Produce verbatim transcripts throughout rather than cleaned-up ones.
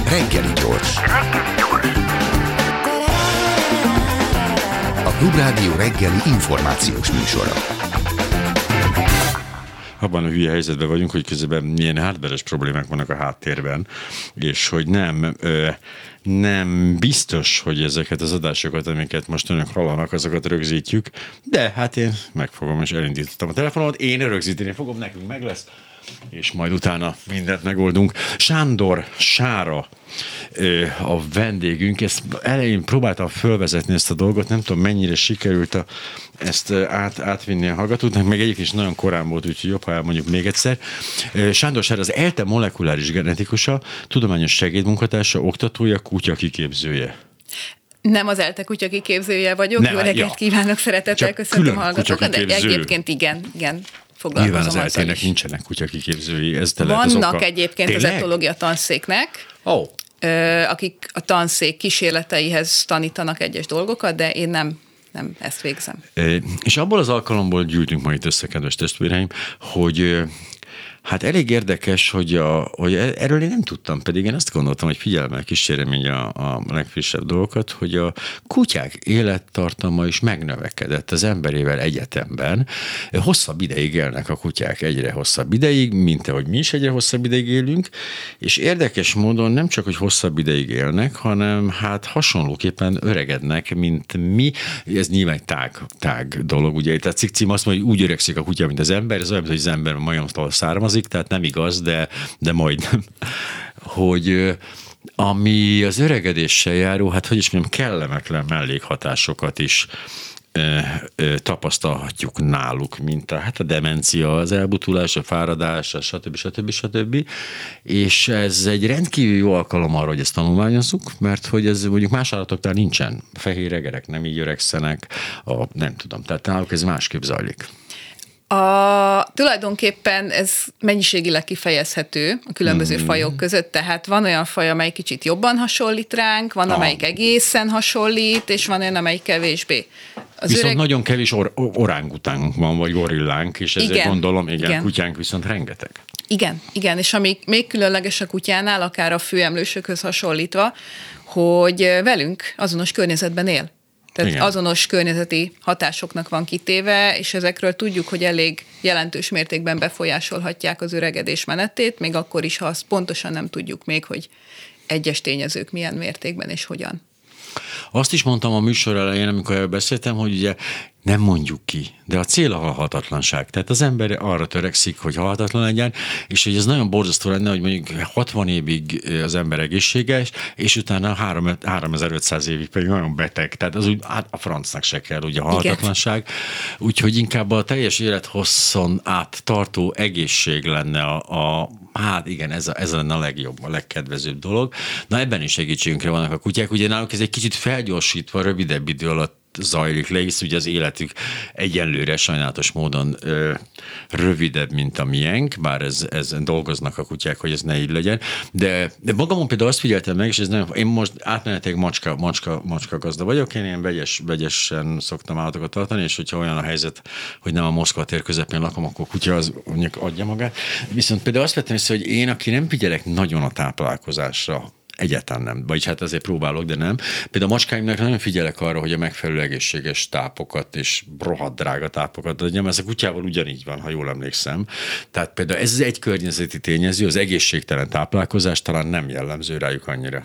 Reggeli gyors. A Klubrádió reggeli információs műsora. Abban a hülye helyzetben vagyunk, hogy közben milyen hardveres problémák vannak a háttérben, és hogy nem, ö, nem biztos, hogy ezeket az adásokat, amiket most önök hallanak, azokat rögzítjük, de hát én megfogom és elindítottam a telefonomat, én rögzíteni fogom, nekünk meg lesz, és majd utána mindent megoldunk. Sándor Sára a vendégünk, ezt elején próbáltam fölvezetni ezt a dolgot, nem tudom mennyire sikerült a, ezt át, átvinni a hallgatóknak, meg egyébként is nagyon korán volt, úgyhogy jobb, ha elmondjuk még egyszer. Sándor Sára az ELTE molekuláris genetikusa, tudományos segédmunkatársa, oktatója, kutya kiképzője. Nem az ELTE kutya kiképzője vagyok, Nem, jó reggelt ja. kívánok, szeretettel köszöntöm a hallgatókat, de egyébként igen, igen. Nyilván az ELTE-nek nincsenek kutyakiképzői. Ez Vannak egyébként Tényleg? Az etológia tanszéknek, oh. akik a tanszék kísérleteihez tanítanak egyes dolgokat, de én nem, nem ezt végzem. És abból az alkalomból gyűjtünk majd össze, kedves testvéreim, hogy hát elég érdekes, hogy, a, hogy erről én nem tudtam, pedig én azt gondoltam, hogy figyelemmel kísérem így a, a legfrissebb dolgokat, hogy a kutyák élettartama is megnövekedett az emberével egyetemben. Hosszabb ideig élnek a kutyák, egyre hosszabb ideig, mint ahogy mi is egyre hosszabb ideig élünk, és érdekes módon nem csak, hogy hosszabb ideig élnek, hanem hát hasonlóképpen öregednek, mint mi. Ez nyilván egy tág, tág dolog, ugye? Tehát cikcím azt mondja, hogy úgy öregszik a kutya, mint az ember, ez olyan, hogy az ember majomtól származik, tehát nem igaz, de, de majdnem, hogy ami az öregedéssel járó, hát hogy is mondjam, kellemetlen mellékhatásokat is e, e, tapasztalhatjuk náluk, mint a, hát a demencia, az elbutulás, a fáradás, a stb. stb. stb. És ez egy rendkívül jó alkalom arra, hogy ezt tanulmányozzuk, mert hogy ez mondjuk más állatoknál nincsen. Fehér egerek nem így öregszenek, a, nem tudom, tehát náluk ez másképp zajlik. A, tulajdonképpen ez mennyiségileg kifejezhető a különböző mm. fajok között, tehát van olyan faj, amely kicsit jobban hasonlít ránk, van, ah. amelyik egészen hasonlít, és van olyan, amelyik kevésbé. Az viszont öreg... nagyon kevés or- orángutánk van, vagy gorillánk, és ezért igen, gondolom, igen, igen, kutyánk viszont rengeteg. Igen, igen, és ami még különleges a kutyánál, akár a főemlősökhöz hasonlítva, hogy velünk azonos környezetben él. Tehát igen. azonos környezeti hatásoknak van kitéve, és ezekről tudjuk, hogy elég jelentős mértékben befolyásolhatják az öregedés menetét, még akkor is, ha azt pontosan nem tudjuk még, hogy egyes tényezők milyen mértékben és hogyan. Azt is mondtam a műsor elején, amikor beszéltem, hogy ugye nem mondjuk ki, de a cél a halhatatlanság. Tehát az ember arra törekszik, hogy halhatatlan legyen, és hogy ez nagyon borzasztó lenne, hogy mondjuk hatvan évig az ember egészséges, és utána háromezer-ötszáz évig pedig nagyon beteg. Tehát az úgy a francnak se kell, ugye a halhatatlanság. Úgyhogy inkább a teljes élethosszon át tartó egészség lenne a, a hát igen, ez, a, ez lenne a legjobb, a legkedvezőbb dolog. Na ebben is segítségünkre vannak a kutyák. Ugye náluk ez egy kicsit felgyorsítva, rövidebb idő alatt zajlik le, hisz ugye az életük egyenlőre sajnálatos módon ö, rövidebb, mint a miénk, bár ez, ez dolgoznak a kutyák, hogy ez ne így legyen. De, de magamon például azt figyeltem meg, és ez nem, én most átmenetileg macska, macska, macska gazda vagyok, én ilyen vegyes, vegyesen szoktam állatokat tartani, és hogyha olyan a helyzet, hogy nem a Moszkva tér közepén lakom, akkor kutya az adja magát. Viszont például azt vettem észre, hogy én, aki nem figyelek nagyon a táplálkozásra, egyáltalán nem, vagyis hát azért próbálok, de nem. Például a macskáimnak nagyon figyelek arra, hogy a megfelelő egészséges tápokat és rohadt drága tápokat adjam. Ez a kutyával ugyanígy van, ha jól emlékszem. Tehát például ez egy környezeti tényező, az egészségtelen táplálkozás talán nem jellemző rájuk annyira.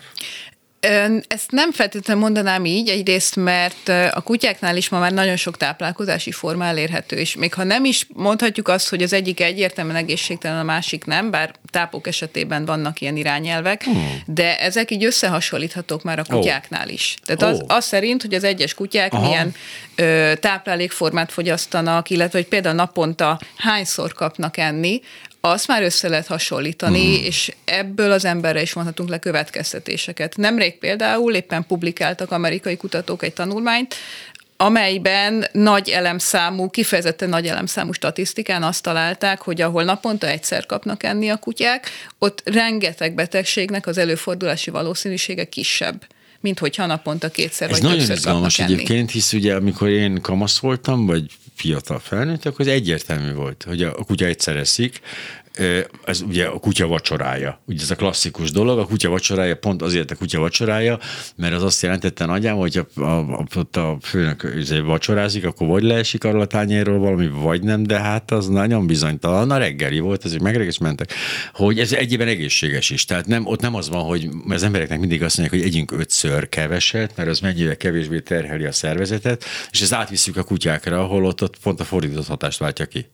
Ezt nem feltétlenül mondanám így, egyrészt, mert a kutyáknál is ma már nagyon sok táplálkozási forma elérhető, és még ha nem is mondhatjuk azt, hogy az egyik egyértelműen egészségtelen, a másik nem, bár tápok esetében vannak ilyen irányelvek, hmm. de ezek így összehasonlíthatók már a kutyáknál is. Tehát oh. az, az szerint, hogy az egyes kutyák Aha. milyen ö, táplálékformát fogyasztanak, illetve hogy például naponta hányszor kapnak enni, azt már össze lehet hasonlítani, mm. és ebből az emberre is vonhatunk le következtetéseket. Nemrég például éppen publikáltak amerikai kutatók egy tanulmányt, amelyben nagy elemszámú, kifejezetten nagy elemszámú statisztikán azt találták, hogy ahol naponta egyszer kapnak enni a kutyák, ott rengeteg betegségnek az előfordulási valószínűsége kisebb, mint hogyha naponta kétszer Ez vagy többször nagyon izgalmas kapnak enni. Egyébként, hisz ugye amikor én kamasz voltam, vagy fiatal felnőtt, akkor ez egyértelmű volt, hogy a kutya egyszer eszik, ez ugye a kutya vacsorája. Ugye ez a klasszikus dolog, a kutya vacsorája pont azért a kutya vacsorája, mert az azt jelentette nagyjából, hogy a, a, a, a főnök vacsorázik, akkor vagy leesik arról a tányérról valami, vagy nem, de hát az nagyon bizonytalan. A reggeli volt, ezek megreges mentek, hogy ez egyében egészséges is. Tehát nem, ott nem az van, hogy az embereknek mindig azt mondják, hogy együnk ötször keveset, mert az mennyire kevésbé terheli a szervezetet, és ezt átvisszük a kutyákra, ahol ott, ott pont a fordított hatást váltja ki.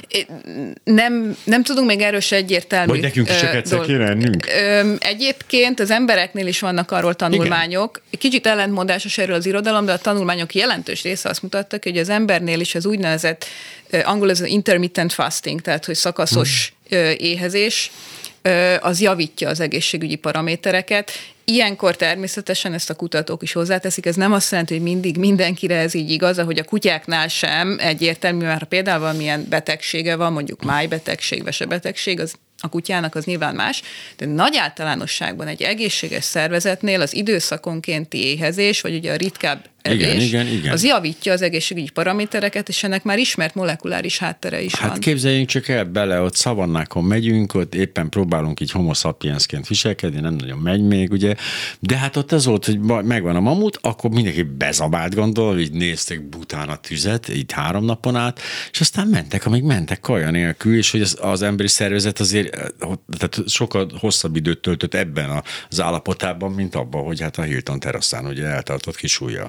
Nem, nem tudunk még erős egyértelmű. Vagy nekünk is csak egyszer kéne ennünk? Egyébként az embereknél is vannak arról tanulmányok. Igen. Kicsit ellentmondásos erről az irodalom, de a tanulmányok jelentős része azt mutattak, hogy az embernél is az úgynevezett, angol ez az intermittent fasting, tehát hogy szakaszos hmm. éhezés, az javítja az egészségügyi paramétereket. Ilyenkor természetesen ezt a kutatók is hozzáteszik, ez nem azt jelenti, hogy mindig mindenkire ez így igaz, ahogy a kutyáknál sem egyértelmű, mert ha például valamilyen betegsége van, mondjuk májbetegség, vesebetegség, az a kutyának az nyilván más, de nagy általánosságban egy egészséges szervezetnél az időszakonkénti éhezés, vagy ugye a ritkább evés, igen, igen, igen. az javítja az egészségügyi paramétereket, és ennek már ismert molekuláris háttere is hát van. Képzeljünk csak el bele, ott szavannákon megyünk, ott éppen próbálunk így homo sapiensként viselkedni, nem nagyon megy még, ugye, de hát ott az volt, hogy megvan a mamut, akkor mindenki bezabált, gondol, így néztek bután a tüzet, így három napon át, és aztán mentek, amíg mentek kaja nélkül, és hogy az, az emberi szervezet azért tehát sokkal hosszabb időt töltött ebben az állapotában, mint abban, hogy hát a Hilton teraszán ugye eltartott kis ujjal.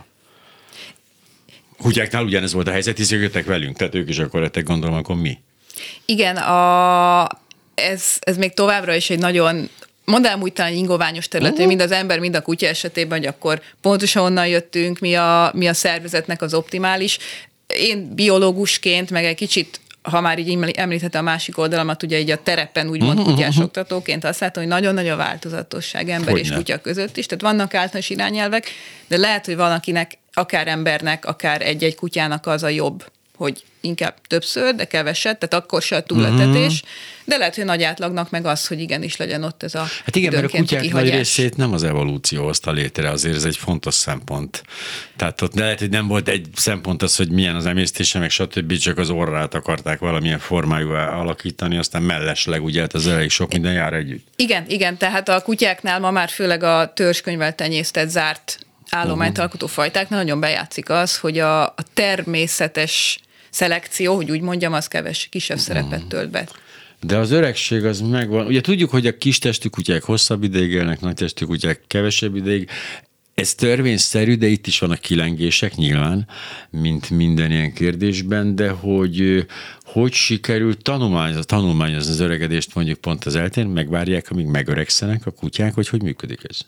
Kutyáknál ugyanez volt a helyzet, hiszen jöttek velünk, tehát ők is akkor lettek, gondolom, akkor mi? Igen, a, ez, ez még továbbra is egy nagyon, mondanám úgy talán ingoványos terület, uh-huh. mind az ember, mind a kutya esetében, hogy akkor pontosan onnan jöttünk, mi a, mi a szervezetnek az optimális. Én biológusként, meg egy kicsit, ha már így említettem a másik oldalamat, ugye így a terepen úgymond uh-huh, kutyás uh-huh. oktatóként azt látom, hogy nagyon nagy a változatosság ember Hogyne. és kutya között is, tehát vannak általános irányelvek, de lehet, hogy valakinek, akár embernek, akár egy-egy kutyának az a jobb, hogy inkább többször, de keveset, tehát akkor se a túletetés, uh-huh. de lehet, hogy nagy átlagnak meg az, hogy igenis legyen ott ez a hát igen, mert a kutyák kihagyás. Nagy részét nem az evolúció hozta létre, azért ez egy fontos szempont. Tehát ott lehet, hogy nem volt egy szempont az, hogy milyen az emésztése, meg stb., csak az orrát akarták valamilyen formájúvá alakítani, aztán mellesleg ugye hát az elég sok minden jár együtt. Igen, igen, tehát a kutyáknál ma már főleg a törzskönyvvel tenyésztett zárt állományt alkotó fajtáknál nagyon bejátszik az, hogy a, a természetes szelekció, hogy úgy mondjam, az keves, kisebb szerepet tölt be. De az öregség az megvan. Ugye tudjuk, hogy a kis testű kutyák hosszabb ideig élnek, nagy testű kutyák kevesebb ideig. Ez törvényszerű, de itt is vannak kilengések nyilván, mint minden ilyen kérdésben, de hogy hogy sikerült tanulmányozni, tanulmányozni az öregedést mondjuk pont az eltén, megvárják, amíg megöregszenek a kutyák, hogy hogy működik ez?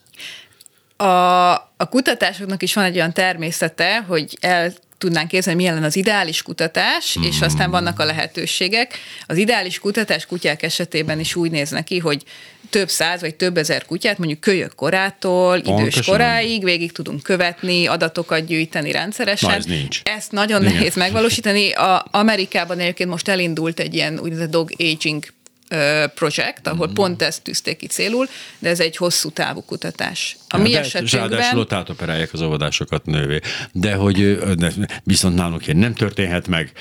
A, a kutatásoknak is van egy olyan természete, hogy el tudnánk képzelni, milyen lenne az ideális kutatás, mm. és aztán vannak a lehetőségek. Az ideális kutatás kutyák esetében is úgy néz neki, hogy több száz vagy több ezer kutyát, mondjuk kölyök korától, Pontosan. idős koráig végig tudunk követni, adatokat gyűjteni rendszeresen. Na, ez nincs. Ezt nagyon Igen. nehéz megvalósítani. A Amerikában egyébként most elindult egy ilyen úgynevezett dog aging projekt, ahol mm. pont ezt tűzték ki célul, de ez egy hosszú távú kutatás. A ja, mi esetünkben... Ráadásul ott átoperálják az óvodásokat nővé. De hogy de viszont nálunk ilyen nem történhet meg.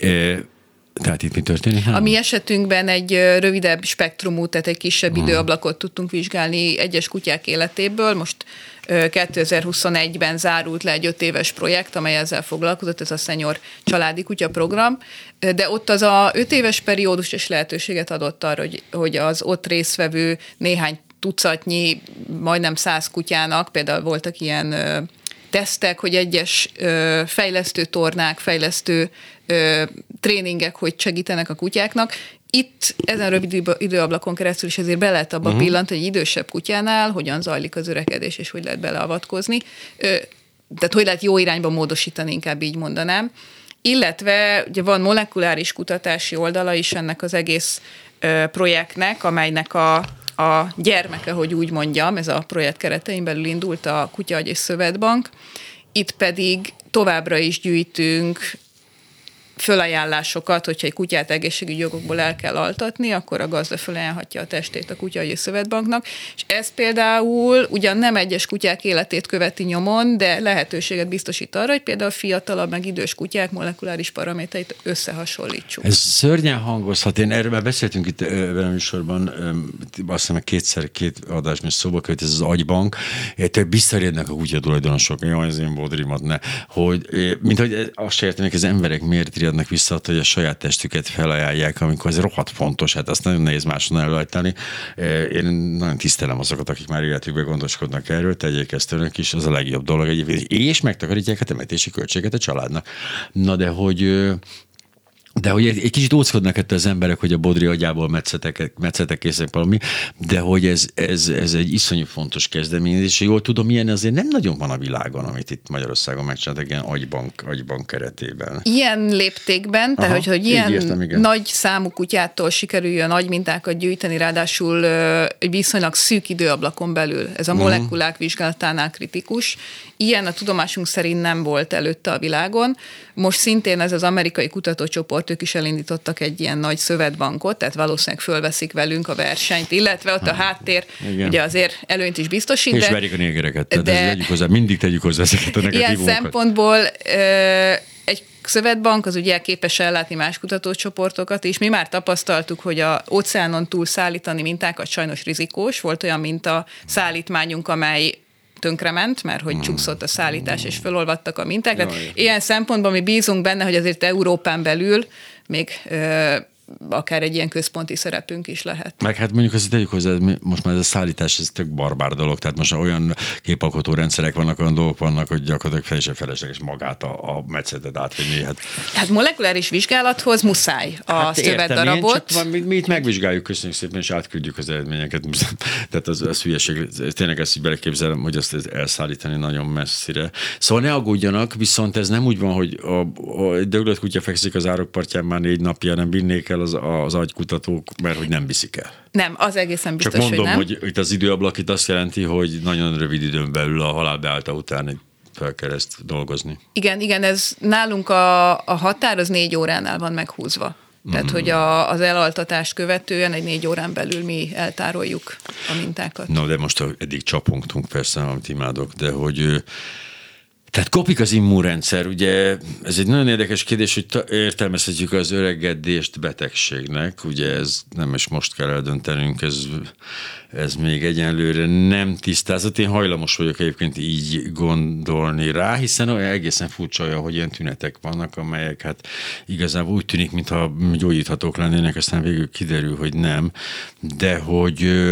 Tehát itt mi történik? A mi esetünkben egy rövidebb spektrumú, tehát egy kisebb hmm. időablakot tudtunk vizsgálni egyes kutyák életéből. Most kétezer-huszonegyben zárult le egy öt éves projekt, amely ezzel foglalkozott, ez a Senior Családi Kutya Program, de ott az a öt éves periódus és lehetőséget adott arra, hogy, hogy az ott résztvevő néhány tucatnyi, majdnem száz kutyának, például voltak ilyen ö, tesztek, hogy egyes ö, fejlesztő tornák, fejlesztő ö, tréningek, hogy segítenek a kutyáknak. Itt ezen a rövid időablakon keresztül is azért be lehet abba uh-huh. pillantani, egy idősebb kutyánál, hogyan zajlik az öregedés, és hogy lehet beleavatkozni. Ö, tehát hogy lehet jó irányba módosítani, inkább így mondanám. Illetve ugye van molekuláris kutatási oldala is ennek az egész ö, projektnek, amelynek a, a gyermeke, hogy úgy mondjam, ez a projekt keretein belül indult a Kutya-agy és Szövetbank. Itt pedig továbbra is gyűjtünk fölajánlásokat, hogyha egy kutyát egészségügyi jogokból el kell altatni, akkor a gazda fölajánlhatja a testét a Kutyaügyi Szövetbanknak, és ez például ugyan nem egyes kutyák életét követi nyomon, de lehetőséget biztosít arra, hogy például fiatalabb, meg idős kutyák molekuláris paramétereit összehasonlítsuk. Ez szörnyen hangozhat. Én erről már beszéltünk itt ebben a műsorban, azt hiszem, kétszer két adásban szóba került, ez az agybank. Visszaérnek a kutya tulajdonosok, jaj, az én bodrimat, ne. Hogy, mint hogy azt se értenek, az emberek miért riadnak vissza, hogy a saját testüket felajánlják, amikor ez rohadt fontos, hát azt nagyon nehéz máson elrajtani. Én nagyon tisztelem azokat, akik már életükben gondoskodnak erről, tegyék ezt önök is, az a legjobb dolog egyébként, és megtakarítják a temetési költséget a családnak. Na de hogy De hogy egy kicsit óckodnak ettől az emberek, hogy a bodri agyából metszetek, metszetek készek valami, de hogy ez, ez, ez egy iszonyú fontos kezdeményezés, és jól tudom, ilyen azért nem nagyon van a világon, amit itt Magyarországon megcsináltak, ilyen agybank, agybank keretében. Ilyen léptékben, tehát hogy, hogy ilyen értem, nagy számú kutyától sikerüljön agymintákat gyűjteni, ráadásul egy viszonylag szűk időablakon belül. Ez a molekulák vizsgálatánál kritikus. Ilyen a tudomásunk szerint nem volt előtte a világon. Most szintén ez az amerikai kutatócsoport, ők is elindítottak egy ilyen nagy szövetbankot, tehát valószínűleg fölveszik velünk a versenyt, illetve ott a háttér igen. ugye azért előnyt is biztosít. És de, verik a négereket, tehát de, tegyük hozzá, mindig tegyük hozzá ezeket a negatívunkat. Ilyen szempontból ö, egy szövetbank az ugye képes ellátni más kutatócsoportokat, és mi már tapasztaltuk, hogy a óceánon túl szállítani mintákat sajnos rizikós. Volt olyan minta szállítmányunk, amely tönkrement, mert hogy csúszott a szállítás, és fölolvadtak a minták. Tehát ilyen szempontból mi bízunk benne, hogy azért Európán belül még ö, akár egy ilyen központi szerepünk is lehet. Meg hát mondjuk azt tegyük hozzá, most már ez a szállítás, ez tök barbár dolog, tehát most olyan képalkotó rendszerek vannak, olyan dolgok vannak, hogy gyakorlatilag fel és felesleges magát a, a metszetet átvenni. Hát. hát molekuláris vizsgálathoz muszáj a hát szövetdarabot. Csak mi, mi itt megvizsgáljuk, köszönjük szépen, és átküldjük az eredményeket. Tehát az, az hülyeség, tényleg ezt így beleképzelem, hogy azt elszállítani nagyon messzire. Szóval ne aggódjanak, viszont ez nem úgy van, hogy a, a, egy döglött kutya fekszik az árokpartján már négy napja, nem vinnék el az, az agykutatók, mert hogy nem viszik el. Nem, az egészen biztos, Csak mondom, hogy nem. hogy itt az időablak itt azt jelenti, hogy nagyon rövid időn belül a halál beállta után fel kell ezt dolgozni. Igen, igen, ez nálunk a, a határ az négy óránál van meghúzva. Tehát, mm. hogy a, az elaltatást követően egy négy órán belül mi eltároljuk a mintákat. Na, de most eddig csapongtunk persze, amit imádok, de hogy tehát kopik az immunrendszer, ugye ez egy nagyon érdekes kérdés, hogy ta, értelmezhetjük az öregedést betegségnek, ugye ez nem is most kell eldöntenünk, ez, ez még egyenlőre nem tisztázott. Én hajlamos vagyok egyébként így gondolni rá, hiszen olyan egészen furcsa olyan, hogy ilyen tünetek vannak, amelyek hát igazából úgy tűnik, mintha gyógyíthatók lennének, aztán végül kiderül, hogy nem, de hogy ö,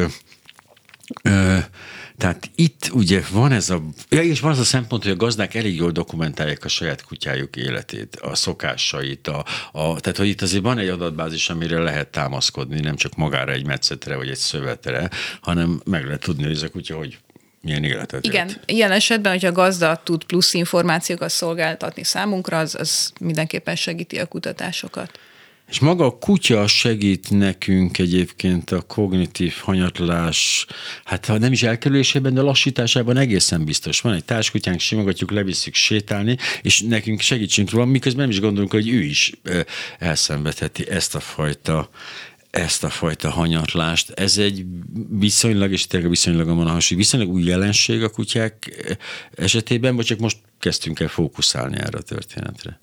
ö, tehát itt ugye van ez a, ja, és van az a szempont, hogy a gazdák elég jól dokumentálják a saját kutyájuk életét, a szokásait, a, a, tehát hogy itt azért van egy adatbázis, amire lehet támaszkodni, nem csak magára egy metszetre vagy egy szövetre, hanem meg lehet tudni, hogy ez a kutya, hogy milyen életet Igen, élt. Ilyen esetben, hogyha a gazda tud plusz információkat szolgáltatni számunkra, az, az mindenképpen segíti a kutatásokat. És maga a kutya segít nekünk egyébként a kognitív hanyatlás, hát ha nem is elkerülésében, de lassításában egészen biztos. Van egy társkutyánk, simogatjuk, levisszük sétálni, és nekünk segítsünk róla, miközben nem is gondolunk, hogy ő is elszenvedheti ezt a fajta ezt a fajta hanyatlást. Ez egy viszonylag, és tényleg viszonylag van a hasonló, viszonylag új jelenség a kutyák esetében, vagy csak most kezdtünk el fókuszálni erre a történetre?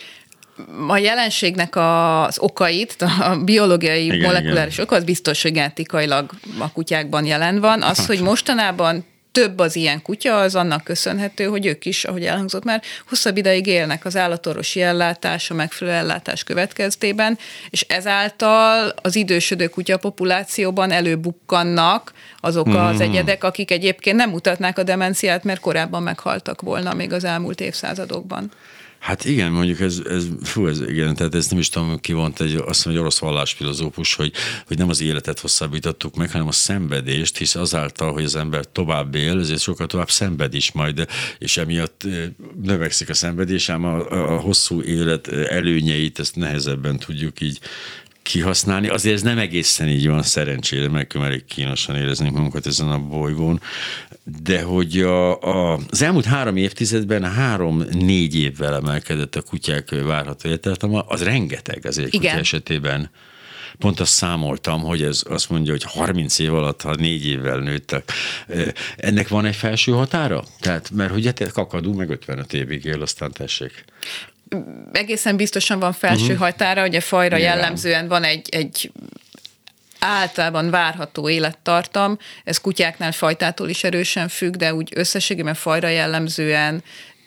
A jelenségnek az okait, a biológiai, igen, molekuláris ok, az biztos, hogy genetikailag a kutyákban jelen van. Az, hogy mostanában több az ilyen kutya, az annak köszönhető, hogy ők is, ahogy elhangzott már, hosszabb ideig élnek az állatorvosi ellátás, a megfelelő ellátás következtében, és ezáltal az idősödő kutya populációban előbukkannak azok mm. az egyedek, akik egyébként nem mutatnák a demenciát, mert korábban meghaltak volna még az elmúlt évszázadokban. Hát igen, mondjuk ez, ez, fú, ez, igen, tehát ez nem is tudom, ki vont egy, azt mondja, egy orosz vallásfilozófus, hogy, hogy nem az életet hosszabbítottuk meg, hanem a szenvedést, hisz azáltal, hogy az ember tovább él, ezért sokkal tovább szenved is majd, és emiatt növekszik a szenvedés, ám a, a hosszú élet előnyeit, ezt nehezebben tudjuk így kihasználni. Azért ez nem egészen így van, szerencsére, meg elég kínosan érezni magunkat ezen a bolygón, de hogy a, a, az elmúlt három évtizedben három-négy évvel emelkedett a kutyák várható élettartama, az rengeteg az egy kutya esetében. Pont azt számoltam, hogy ez azt mondja, hogy harminc év alatt, ha négy évvel nőttek. Ennek van egy felső határa? Tehát, mert hogy hát kakadú meg ötvenöt évig él, aztán tessék. Egészen biztosan van felső uh-huh. határa, hogy a fajra Nyilván. jellemzően van egy, egy általában várható élettartam, ez kutyáknál fajtától is erősen függ, de úgy összességében fajra jellemzően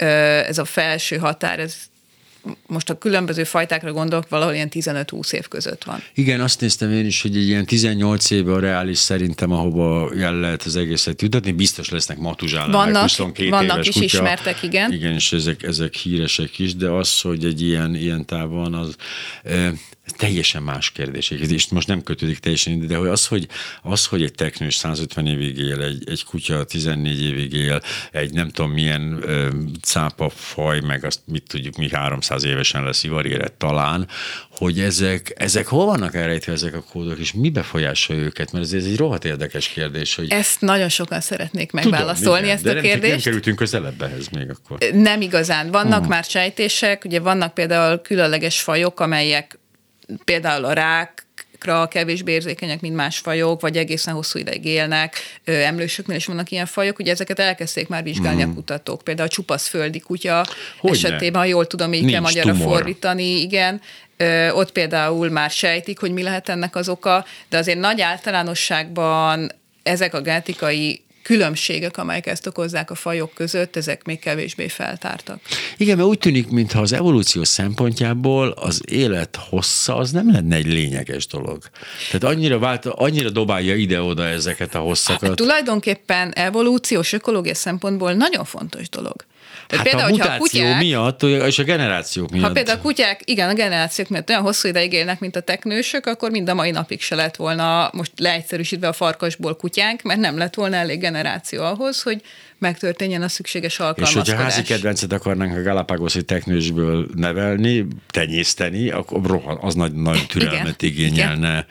ez a felső határ, ez most a különböző fajtákra gondolok, valahol ilyen tizenöt-húsz év között van. Igen, azt néztem én is, hogy egy ilyen tizennyolc év a reális szerintem, ahova el lehet az egészet jutatni. Biztos lesznek matuzsálnak, meg huszonkét vannak éves is kutya. ismertek, igen. Igen, és ezek, ezek híresek is, de az, hogy egy ilyen, ilyen távon az e, teljesen más kérdés. És most nem kötődik teljesen, de hogy az, hogy, az, hogy egy teknős százötven évig él, egy, egy kutya tizennégy évig él, egy nem tudom milyen e, cápafaj, meg azt mit tudjuk, mi háromszáz évesen lesz ivarérett talán, hogy ezek, ezek hol vannak elrejtve ezek a kódok, és mi befolyásolja őket? Mert ez egy rohadt érdekes kérdés. Hogy... Ezt nagyon sokan szeretnék megválaszolni, Tudom, ezt a de kérdést. Nem, nem kerültünk közelebb ehhez még akkor. Nem igazán. Vannak uh-huh. már sejtések, ugye vannak például különleges fajok, amelyek például a rákra kevésbé érzékenyek, mint más fajok, vagy egészen hosszú ideig élnek. Emlősöknél is vannak ilyen fajok, ugye ezeket elkezdték már vizsgálni uh-huh. a kutatók. Például a csupasz földi kutya Hogyne? esetében, ha jól tudom, így Nincs kell magyarra tumor. fordítani, igen. Ö, ott például már sejtik, hogy mi lehet ennek az oka, de azért nagy általánosságban ezek a genetikai különbségek, amelyek ezt okozzák a fajok között, ezek még kevésbé feltártak. Igen, mert úgy tűnik, mintha az evolúció szempontjából az élet hossza az nem lenne egy lényeges dolog. Tehát annyira, vált, annyira dobálja ide-oda ezeket a hosszakat. Hát, tulajdonképpen evolúciós, ökológiai szempontból nagyon fontos dolog. Tehát hát például, a mutáció a kutyák, miatt, és a generációk miatt. Ha például a kutyák, igen, a generációk miatt olyan hosszú ideig élnek, mint a teknősök, akkor mind a mai napig se lett volna, most leegyszerűsítve a farkasból kutyánk, mert nem lett volna elég generáció ahhoz, hogy megtörténjen a szükséges alkalmazkodás. És hogyha házi kedvencet akarnánk a Galapagos-i teknősből nevelni, tenyészteni, akkor az nagy, nagy türelmet igen. igényelne.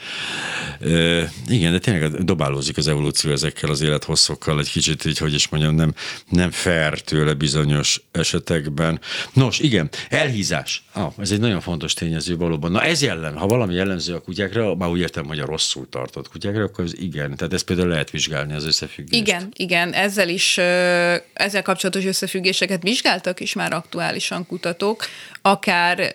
Igen. igen, de tényleg dobálózik az evolúció ezekkel az élethosszokkal egy kicsit, így, hogy is mondjam, nem, nem fair tőle bizonyos esetekben. Nos, igen, elhízás. Ah, ez egy nagyon fontos tényező valóban. Na ez jellem, ha valami jellemző a kutyákra, már úgy értem, hogy a rosszul tartott kutyákra, akkor ez igen. Tehát ezt például lehet vizsgálni az összefüggést. Igen, igen, ezzel is ezzel kapcsolatos összefüggéseket vizsgáltak is már aktuálisan kutatók, akár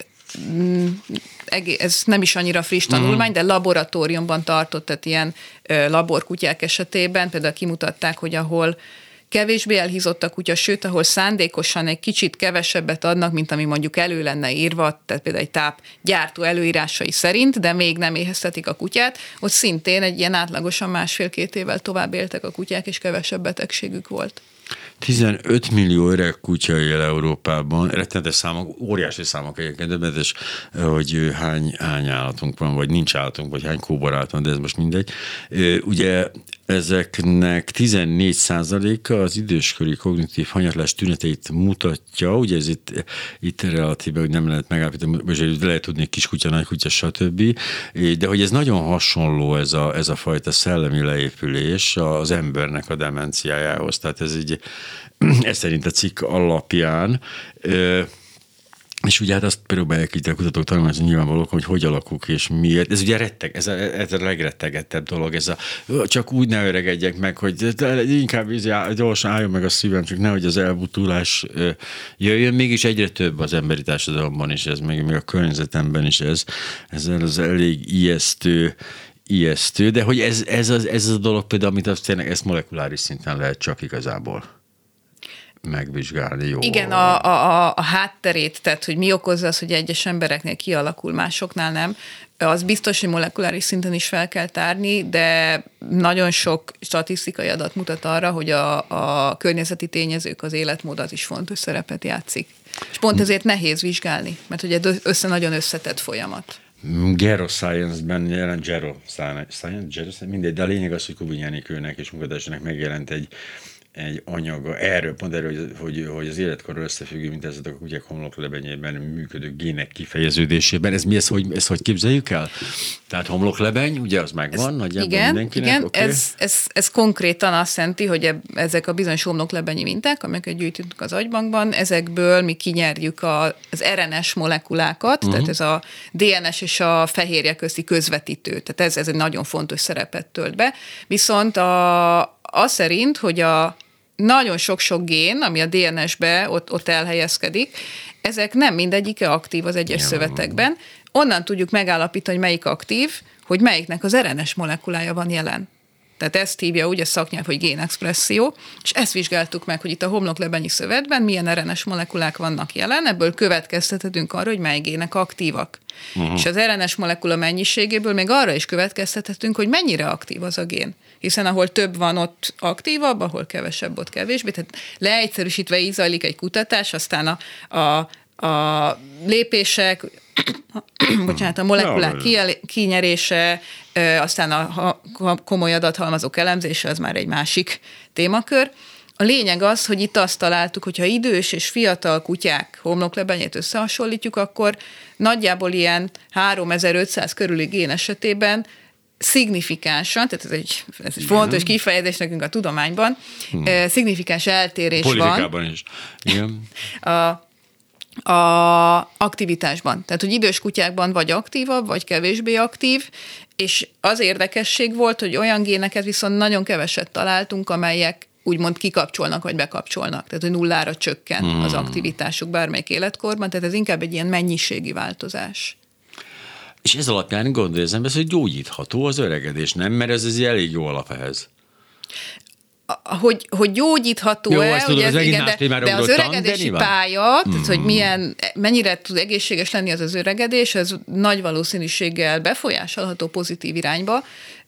ez nem is annyira friss tanulmány, de laboratóriumban tartott, tehát ilyen laborkutyák esetében például kimutatták, hogy ahol kevésbé elhízott a kutya, sőt, ahol szándékosan egy kicsit kevesebbet adnak, mint ami mondjuk elő lenne írva, tehát például egy táp gyártó előírásai szerint, de még nem éheztetik a kutyát, ott szintén egy ilyen átlagosan másfél-két évvel tovább éltek a kutyák, és kevesebb betegségük volt. tizenöt millió öreg kutya él Európában, rettenetes számok, óriási számok egyébként, de és hogy hány, hány állatunk van, vagy nincs állatunk, vagy hány kóborállat van, de ez most mindegy. Ugye ezeknek tizennégy százaléka az időskori kognitív hanyatlás tüneteit mutatja, ugye ez itt, itt relatíve, hogy nem lehet megállapítani, vagy lehet tudni kiskutya, nagykutya, stb. De hogy ez nagyon hasonló ez a, ez a fajta szellemi leépülés az embernek a demenciájához, tehát ez így, ez szerint a cikk alapján. És ugye hát azt próbálják így a kutatók tanulmányozni nyilvánvalóan, hogy hogy alakuk és miért. Ez ugye retteg, ez a, ez a legrettegettebb dolog, ez a csak úgy ne öregedjek meg, hogy inkább gyorsan álljon meg a szívem, csak nehogy az elbutulás jöjjön. Mégis egyre több az emberi társadalomban is ez, meg még a környezetemben is ez. Ez az elég ijesztő, ijesztő, de hogy ez, ez, az, ez az a dolog például, amit azt tényleg ezt molekuláris szinten lehet csak igazából megvizsgálni. Jó. Igen, a, a, a hátterét, tehát hogy mi okozza az, hogy egyes embereknél kialakul, másoknál nem, az biztos, hogy molekuláris szinten is fel kell tárni, de nagyon sok statisztikai adat mutat arra, hogy a, a környezeti tényezők, az életmód az is fontos szerepet játszik. És pont ezért nehéz vizsgálni, mert ugye össze nagyon összetett folyamat. Geroscience-ben jelent, Geroscience, mindegy, de a lényeg az, hogy Kubinyi Enikőnek és munkatársának megjelent egy egy anyaga, erről, pont erről, hogy, hogy, hogy az életkorral összefüggő mintázatok a kutyák homloklebenyében működő gének kifejeződésében. Ez mi, ez hogy, ez hogy képzeljük el? Tehát homloklebeny, ugye az megvan, ez, nagyjából igen, mindenkinek? Igen, okay. ez, ez, ez konkrétan azt jelenti, hogy ezek a bizonyos homloklebenyi minták, amiket gyűjtünk az agybankban, ezekből mi kinyerjük a, az er en es molekulákat, uh-huh. tehát ez a dé en es és a fehérje közti közvetítő. Tehát ez, ez egy nagyon fontos szerepet tölt be. Viszont a, az szerint, hogy a nagyon sok-sok gén, ami a dé en es-be ott, ott elhelyezkedik, ezek nem mindegyike aktív az egyes ja. szövetekben. Onnan tudjuk megállapítani, hogy melyik aktív, hogy melyiknek az er en es molekulája van jelen. Tehát ezt hívja úgy a szaknyelv, hogy génexpresszió, és ezt vizsgáltuk meg, hogy itt a homloklebenyi szövetben milyen er en es molekulák vannak jelen, ebből következtethetünk arra, hogy mely gének aktívak. Uh-huh. És az er en es molekula mennyiségéből még arra is következtethetünk, hogy mennyire aktív az a gén. Hiszen ahol több van, ott aktívabb, ahol kevesebb, ott kevésbé. Tehát leegyszerűsítve így zajlik egy kutatás, aztán a, a, a lépések, bocsánat, a molekulák kinyerése, aztán a komoly adathalmazók elemzése, az már egy másik témakör. A lényeg az, hogy itt azt találtuk, hogyha idős és fiatal kutyák homloklebenyét összehasonlítjuk, akkor nagyjából ilyen háromezer-ötszáz körüli gén esetében szignifikánsan, tehát ez egy, ez egy fontos kifejezés nekünk a tudományban, hmm. szignifikáns eltérés politikában van. is. Igen. A, a aktivitásban. Tehát, hogy idős kutyákban vagy aktívabb, vagy kevésbé aktív, és az érdekesség volt, hogy olyan géneket viszont nagyon keveset találtunk, amelyek úgymond kikapcsolnak, vagy bekapcsolnak. Tehát, hogy nullára csökken hmm. az aktivitásuk bármelyik életkorban, tehát ez inkább egy ilyen mennyiségi változás. És ez alapján gondolja az ember, hogy gyógyítható az öregedés, nem? Mert ez, ez elég jó alap ehhez. Hogy, hogy gyógyítható-e, jó, ugye ez, igen, de, de az öregedési de pálya, mm. tehát hogy milyen, mennyire tud egészséges lenni az az öregedés, ez nagy valószínűséggel befolyásolható pozitív irányba,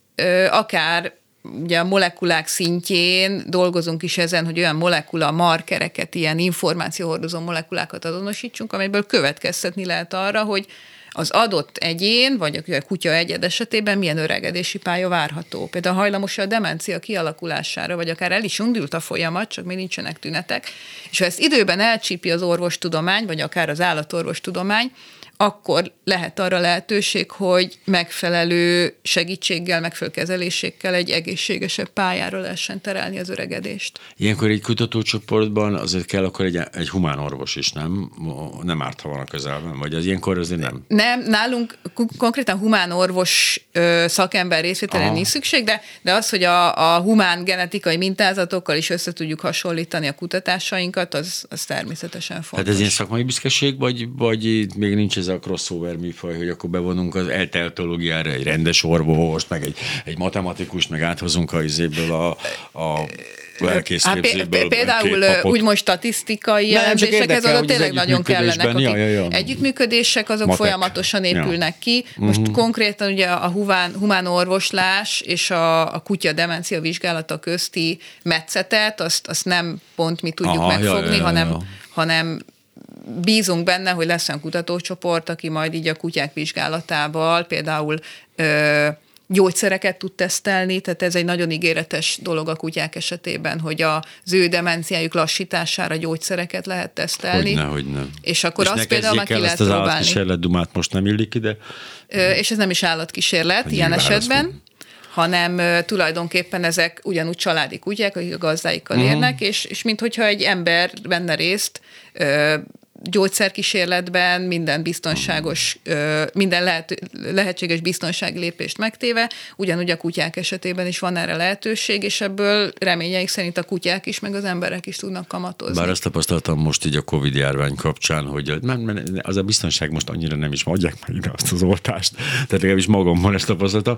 akár ugye a molekulák szintjén dolgozunk is ezen, hogy olyan molekula markereket, ilyen információhordozó molekulákat azonosítsunk, amelyből következtetni lehet arra, hogy az adott egyén, vagy a kutya egyed esetében milyen öregedési pálya várható. Például hajlamos a demencia kialakulására, vagy akár el is undult a folyamat, csak még nincsenek tünetek. És ha ezt időben elcsípi az orvostudomány, vagy akár az állatorvostudomány, akkor lehet arra lehetőség, hogy megfelelő segítséggel, megfelelő kezelésekkel egy egészségesebb pályára lehessen terelni az öregedést. Ilyenkor egy kutatócsoportban azért kell akkor egy, egy humán orvos is, nem? Nem árt, ha van a közelben, vagy az ilyenkor azért nem? Nem, nálunk konkrétan humán orvos ö, szakember részvételen nincs szükség, de, de az, hogy a, a humán genetikai mintázatokkal is össze tudjuk hasonlítani a kutatásainkat, az, az természetesen fontos. Hát ez ilyen szakmai büszkeség, vagy, vagy még nincs ez a crossover műfaj, hogy akkor bevonunk az elteológiára egy rendes orvost, meg egy, egy matematikust, meg áthozunk a izéből a, a lelkészképzésből. Például úgymond statisztikai jelentésekhez oda tényleg nagyon kellenek. Ja, ja, ja. Együttműködések azok Matek. folyamatosan épülnek ja. ki. Most uh-huh. konkrétan ugye a humán, humán orvoslás és a, a kutya demencia vizsgálata közti metszetet, azt, azt nem pont mi tudjuk Aha, megfogni, ja, ja, ja, hanem, ja. hanem bízunk benne, hogy lesz olyan kutatócsoport, aki majd így a kutyák vizsgálatával például ö, gyógyszereket tud tesztelni, tehát ez egy nagyon ígéretes dolog a kutyák esetében, hogy az ő demenciájuk lassítására gyógyszereket lehet tesztelni. Hogyne, hogyne. És akkor és azt például meg ki lehet próbálni. próbálni. Az állatkísérlet dumát most nem illik ide. Ö, és ez nem is állatkísérlet hát ilyen esetben, hanem uh, tulajdonképpen ezek ugyanúgy családi kutyák, akik a gazdáikkal uh-huh. érnek, és, és minthogyha egy ember venne részt uh, gyógyszerkísérletben, minden biztonságos, uh, minden lehet, lehetséges biztonsági lépést megtéve, ugyanúgy a kutyák esetében is van erre lehetőség, és ebből reményeik szerint a kutyák is, meg az emberek is tudnak kamatozni. Bár azt tapasztaltam most így a Covid járvány kapcsán, hogy az a biztonság most annyira nem is, adják meg ide azt az oltást, tehát legalábbis magamban ezt tapasztaltam.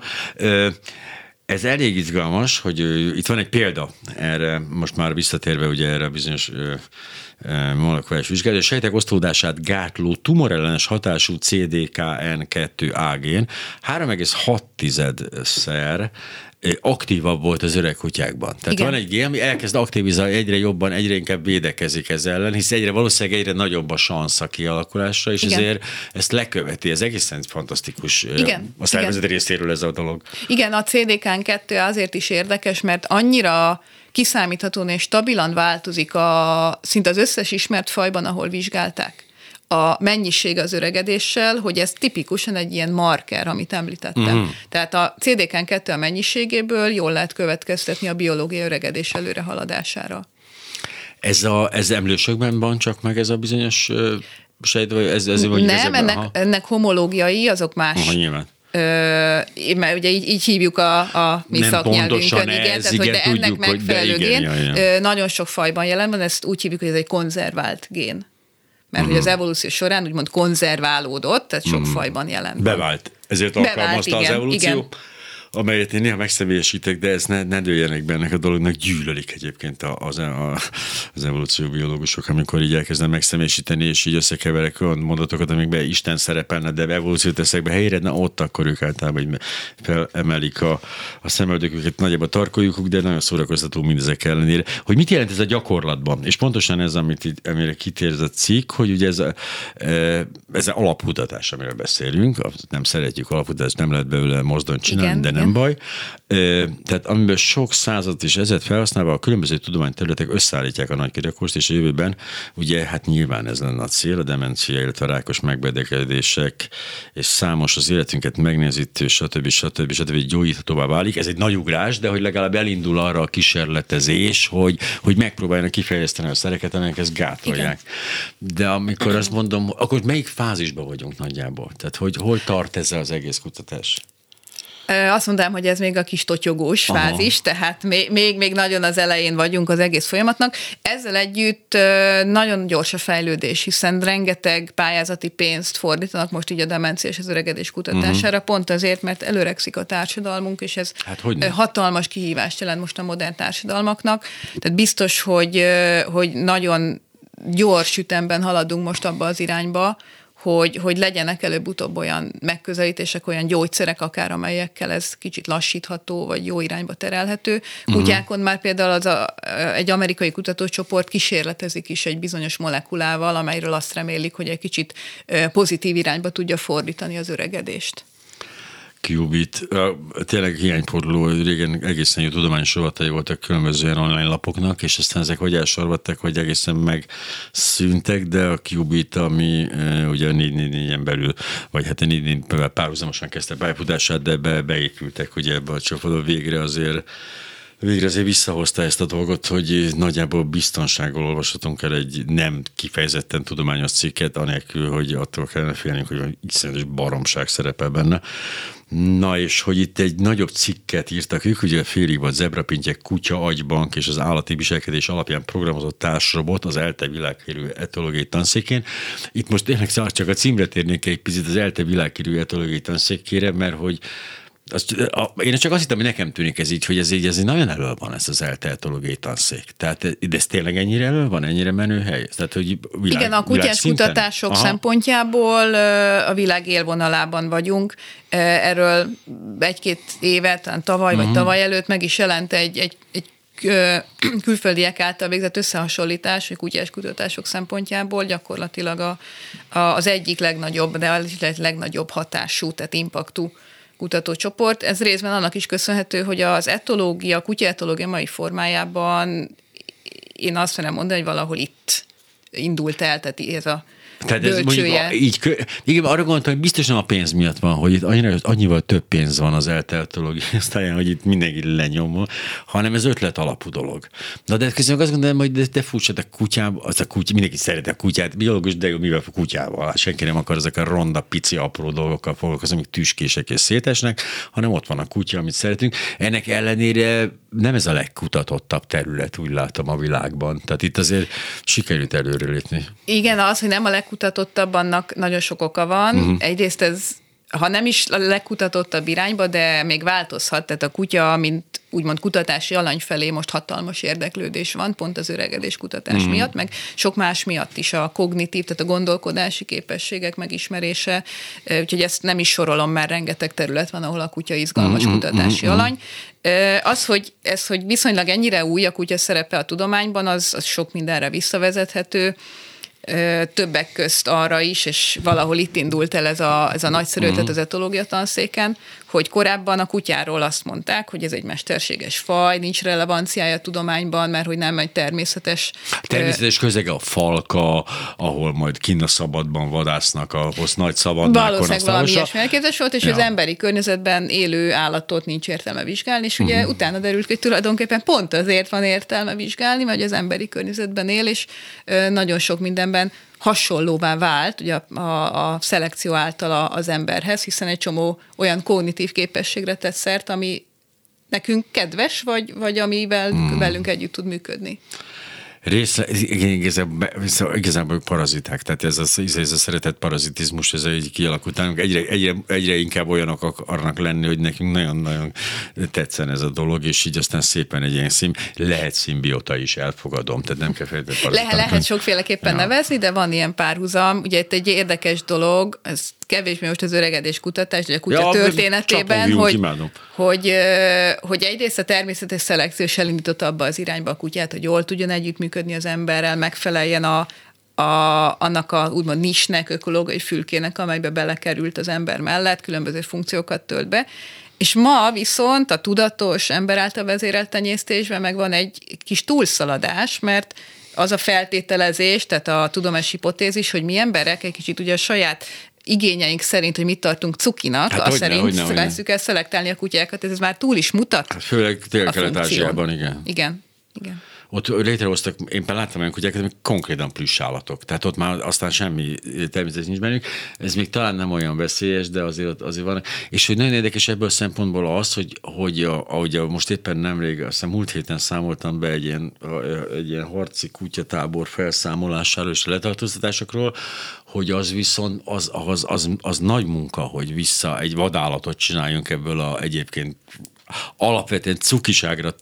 Ez elég izgalmas, hogy itt van egy példa erre, most már visszatérve ugye erre a bizonyos molekuláris vizsgálat, a sejtek osztódását gátló tumorellenes hatású cé dé ká en kettő á gén három egész hat szer aktívabb volt az öreg kutyákban. Tehát igen. Van egy gén, ami elkezd aktivizálni egyre jobban, egyre inkább védekezik ez ellen, hisz egyre valószínűleg egyre nagyobb a szansz a kialakulásra, és igen. ezért ezt leköveti. Ez egészen fantasztikus igen. a szervezet igen. részéről ez a dolog. Igen, a cé dé ká kettő azért is érdekes, mert annyira kiszámíthatóan és stabilan változik a, szinte az összes ismert fajban, ahol vizsgálták a mennyiség az öregedéssel, hogy ez tipikusan egy ilyen marker, amit említettem. Mm. Tehát a cé dé ká kettő a mennyiségéből jól lehet következtetni a biológiai öregedés előrehaladására. Ez, a, ez emlősökben van csak meg ez a bizonyos sejt, vagy ez, ez Nem, ezekben, ennek, ennek homológiai, azok más. Aha, nyilván. Ö, mert ugye így, így hívjuk a, a mi szaknyelvünkön, igen, ez, tehát, igen, hogy de ennek tudjuk, megfelelő de igen, gén. ja, ja. Nagyon sok fajban jelen van, ezt úgy hívjuk, hogy ez egy konzervált gén. Mert uh-huh. hogy az evolúció során úgymond konzerválódott, tehát sok uh-huh. fajban jelen van. Bevált. Ezért alkalmazta Bevált, igen, az evolúció. Igen. Amelyet én néha megszemélyesítek, de ezt ne, ne dőljenek be ennek a dolognak, gyűlölik egyébként az, az evolúcióbiológusok, amikor így elkezdenek megszemélyesíteni, és így összekeverek olyan mondatokat, amikben Isten szerepelne, de evolúciót teszek be helyre, na ott akkor ők általában így felemelik a, a szemöldöküket, nagyobb a tarkolyukuk, de nagyon szórakoztató mindezek ellenére. Hogy mit jelent ez a gyakorlatban? És pontosan ez, amit itt, amire kitér ez a cikk, hogy ugye ez a, ez a alapkutatás, amiről beszélünk, nem szeretjük alapkutatást, nem lehet belőle mozdont csinálni, igen, de nem nem baj. Tehát amiből sok század és ezret felhasználva a különböző tudományterületek összeállítják a nagy kirakóst, és a jövőben ugye hát nyilván ez lenne a cél, a demencia, illetve a rákos megbetegedések, és számos az életünket megnézítő, stb. stb. stb. Gyógyíthatóvá válik. Ez egy nagy ugrás, de hogy legalább elindul arra a kísérletezés, hogy, hogy megpróbáljanak kifejleszteni a szereket, amelyek ezt gátolják. Igen. De amikor azt mondom, akkor melyik fázisban vagyunk nagyjából? Tehát hogy hol tart ez az egész kutatás? Azt mondanám, hogy ez még a kis totyogós Aha. fázis, tehát még, még, még nagyon az elején vagyunk az egész folyamatnak. Ezzel együtt nagyon gyors a fejlődés, hiszen rengeteg pályázati pénzt fordítanak most így a demencia és az öregedés kutatására, uh-huh. pont azért, mert előregszik a társadalmunk, és ez hát, hatalmas kihívást jelent most a modern társadalmaknak. Tehát biztos, hogy, hogy nagyon gyors ütemben haladunk most abba az irányba, Hogy, hogy legyenek előbb-utóbb olyan megközelítések, olyan gyógyszerek akár, amelyekkel ez kicsit lassítható, vagy jó irányba terelhető. Kutyákon uh-huh. már például az a, egy amerikai kutatócsoport kísérletezik is egy bizonyos molekulával, amelyről azt remélik, hogy egy kicsit pozitív irányba tudja fordítani az öregedést. Qubit, tényleg hiányforduló, régen egészen jó tudományos rovatai voltak különböző ilyen online lapoknak, és aztán ezek hogy elsorvadtak, hogy egészen megszűntek, de a Qubit, ami ugye négy négy négyen belül, vagy hát négy négy párhuzamosan kezdte pályafutását, de be, beépültek ugye ebbe a csoportba, végre azért Végre azért visszahozta ezt a dolgot, hogy nagyjából biztonsággal olvashatunk el egy nem kifejezetten tudományos cikket, anélkül, hogy attól kellene félnünk, hogy iszonyatos baromság szerepel benne. Na és hogy itt egy nagyobb cikket írtak ők, ugye félig volt zebrapintje, kutya, agybank és az állati viselkedés alapján programozott társrobot az ELTE világhírű etológiai tanszékén. Itt most tényleg csak a címre térnék egy picit az ELTE világhírű etológiai tanszékére, mert hogy Azt, a, én csak azt hittem, hogy nekem tűnik ez így, hogy ez így, ez így nagyon elől van ez az ELTE etológiai tanszék. Tehát de ez tényleg ennyire elől van, ennyire menő hely? Tehát, hogy világ, igen, a kutyás kutatások Aha. szempontjából a világ élvonalában vagyunk. Erről egy-két évet, tavaly uh-huh. vagy tavaly előtt meg is jelent egy, egy, egy külföldiek által végzett összehasonlítás, hogy kutyás kutatások szempontjából gyakorlatilag a, a, az egyik legnagyobb, de az legnagyobb hatású, tehát impaktú kutatócsoport. Ez részben annak is köszönhető, hogy az etológia, a kutyaetológia mai formájában én azt mondom mondani, hogy valahol itt indult el, tehát ez a Tehát ez mondjuk, így, igen, arra gondoltam, hogy biztos nem a pénz miatt van, hogy itt annyira, annyival több pénz van az ELTE etológia osztályán, hogy itt mindenki lenyomol, hanem ez ötlet alapú dolog. Na de közben azt gondolom, hogy de, de furcsa, a kutyában, az a kutya, mindenki szeret a kutyát, biológus, de jó, mivel a kutyával. Senki nem akar ezek a ronda, pici, apró dolgokkal foglalkozni, amik tüskések és szétesnek, hanem ott van a kutya, amit szeretünk. Ennek ellenére nem ez a legkutatottabb terület, úgy látom a világban. Tehát itt azért sikerült előrelépni. Igen, az, hogy nem a legkutatottabb, annak nagyon sok oka van. Uh-huh. Egyrészt ez ha nem is a legkutatottabb irányba, de még változhat, tehát a kutya, mint úgymond kutatási alany felé most hatalmas érdeklődés van, pont az öregedés kutatás mm. miatt, meg sok más miatt is a kognitív, tehát a gondolkodási képességek megismerése, úgyhogy ezt nem is sorolom, mert rengeteg terület van, ahol a kutya izgalmas mm. kutatási mm. alany. Az, hogy ez, hogy viszonylag ennyire új a kutya szerepe a tudományban, az, az sok mindenre visszavezethető, többek közt arra is, és valahol itt indult el ez a, ez a nagyszerű ötlet az etológia tanszéken, hogy korábban a kutyáról azt mondták, hogy ez egy mesterséges faj, nincs relevanciája a tudományban, mert hogy nem egy természetes... Természetes közege a falka, ahol majd kinn a szabadban vadásznak, ahhoz nagy szabadnákon. Valószínűleg valami ilyesmi elképzelés volt, és ja. az emberi környezetben élő állatot nincs értelme vizsgálni, és ugye uh-huh. utána derült, hogy tulajdonképpen pont azért van értelme vizsgálni, mert az emberi környezetben él, és nagyon sok mindenben hasonlóvá vált ugye a, a, a szelekció által a, az emberhez, hiszen egy csomó olyan kognitív képességre tett szert, ami nekünk kedves, vagy, vagy amivel hmm. velünk együtt tud működni. Részle, igazából, igazából paraziták, tehát ez a, ez a szeretett parazitizmus, ez így kialakult nálunk. Egyre, egyre, egyre inkább olyanok akarnak lenni, hogy nekünk nagyon-nagyon tetszen ez a dolog, és így aztán szépen egy ilyen szím, lehet szimbiota is, elfogadom, tehát nem kell feltétlenül parazitálni. Le, lehet sokféleképpen ja. nevezni, de van ilyen párhuzam. Ugye itt egy érdekes dolog, ez kevésbé most az öregedés kutatás, de a kutya ja, történetében, hogy, hogy, hogy egyrészt a természetes szelekció is elindította abba az irányba a kutyát, hogy jól tudjon együttműködni az emberrel, megfeleljen a, a, annak a úgymond nisnek, ökológiai fülkének, amelybe belekerült az ember mellett, különböző funkciókat tölt be. És ma viszont a tudatos ember által vezérelt tenyésztésben meg van egy kis túlszaladás, mert az a feltételezés, tehát a tudományos hipotézis, hogy mi emberek egy kicsit ugye a saját igényeink szerint, hogy mit tartunk cukinak, hát, azt szerint veszük el szelektálni a kutyákat, ez már túl is mutat. Hát főleg Dél-Kelet-Ázsiában, igen. Igen, igen. Ott létrehoztak, én például láttam olyan kutyákat, amik konkrétan plüss állatok. Tehát ott már aztán semmi természet nincs bennük. Ez még talán nem olyan veszélyes, de azért, azért van. És hogy nagyon érdekes ebből a szempontból az, hogy, hogy a, ahogy a, most éppen nemrég, azt hiszem múlt héten számoltam be egy ilyen, egy ilyen harci kutyatábor felszámolásáról és letartóztatásokról, hogy az viszont az, az, az, az nagy munka, hogy vissza egy vadállatot csináljunk ebből a egyébként alapvetően cukiságra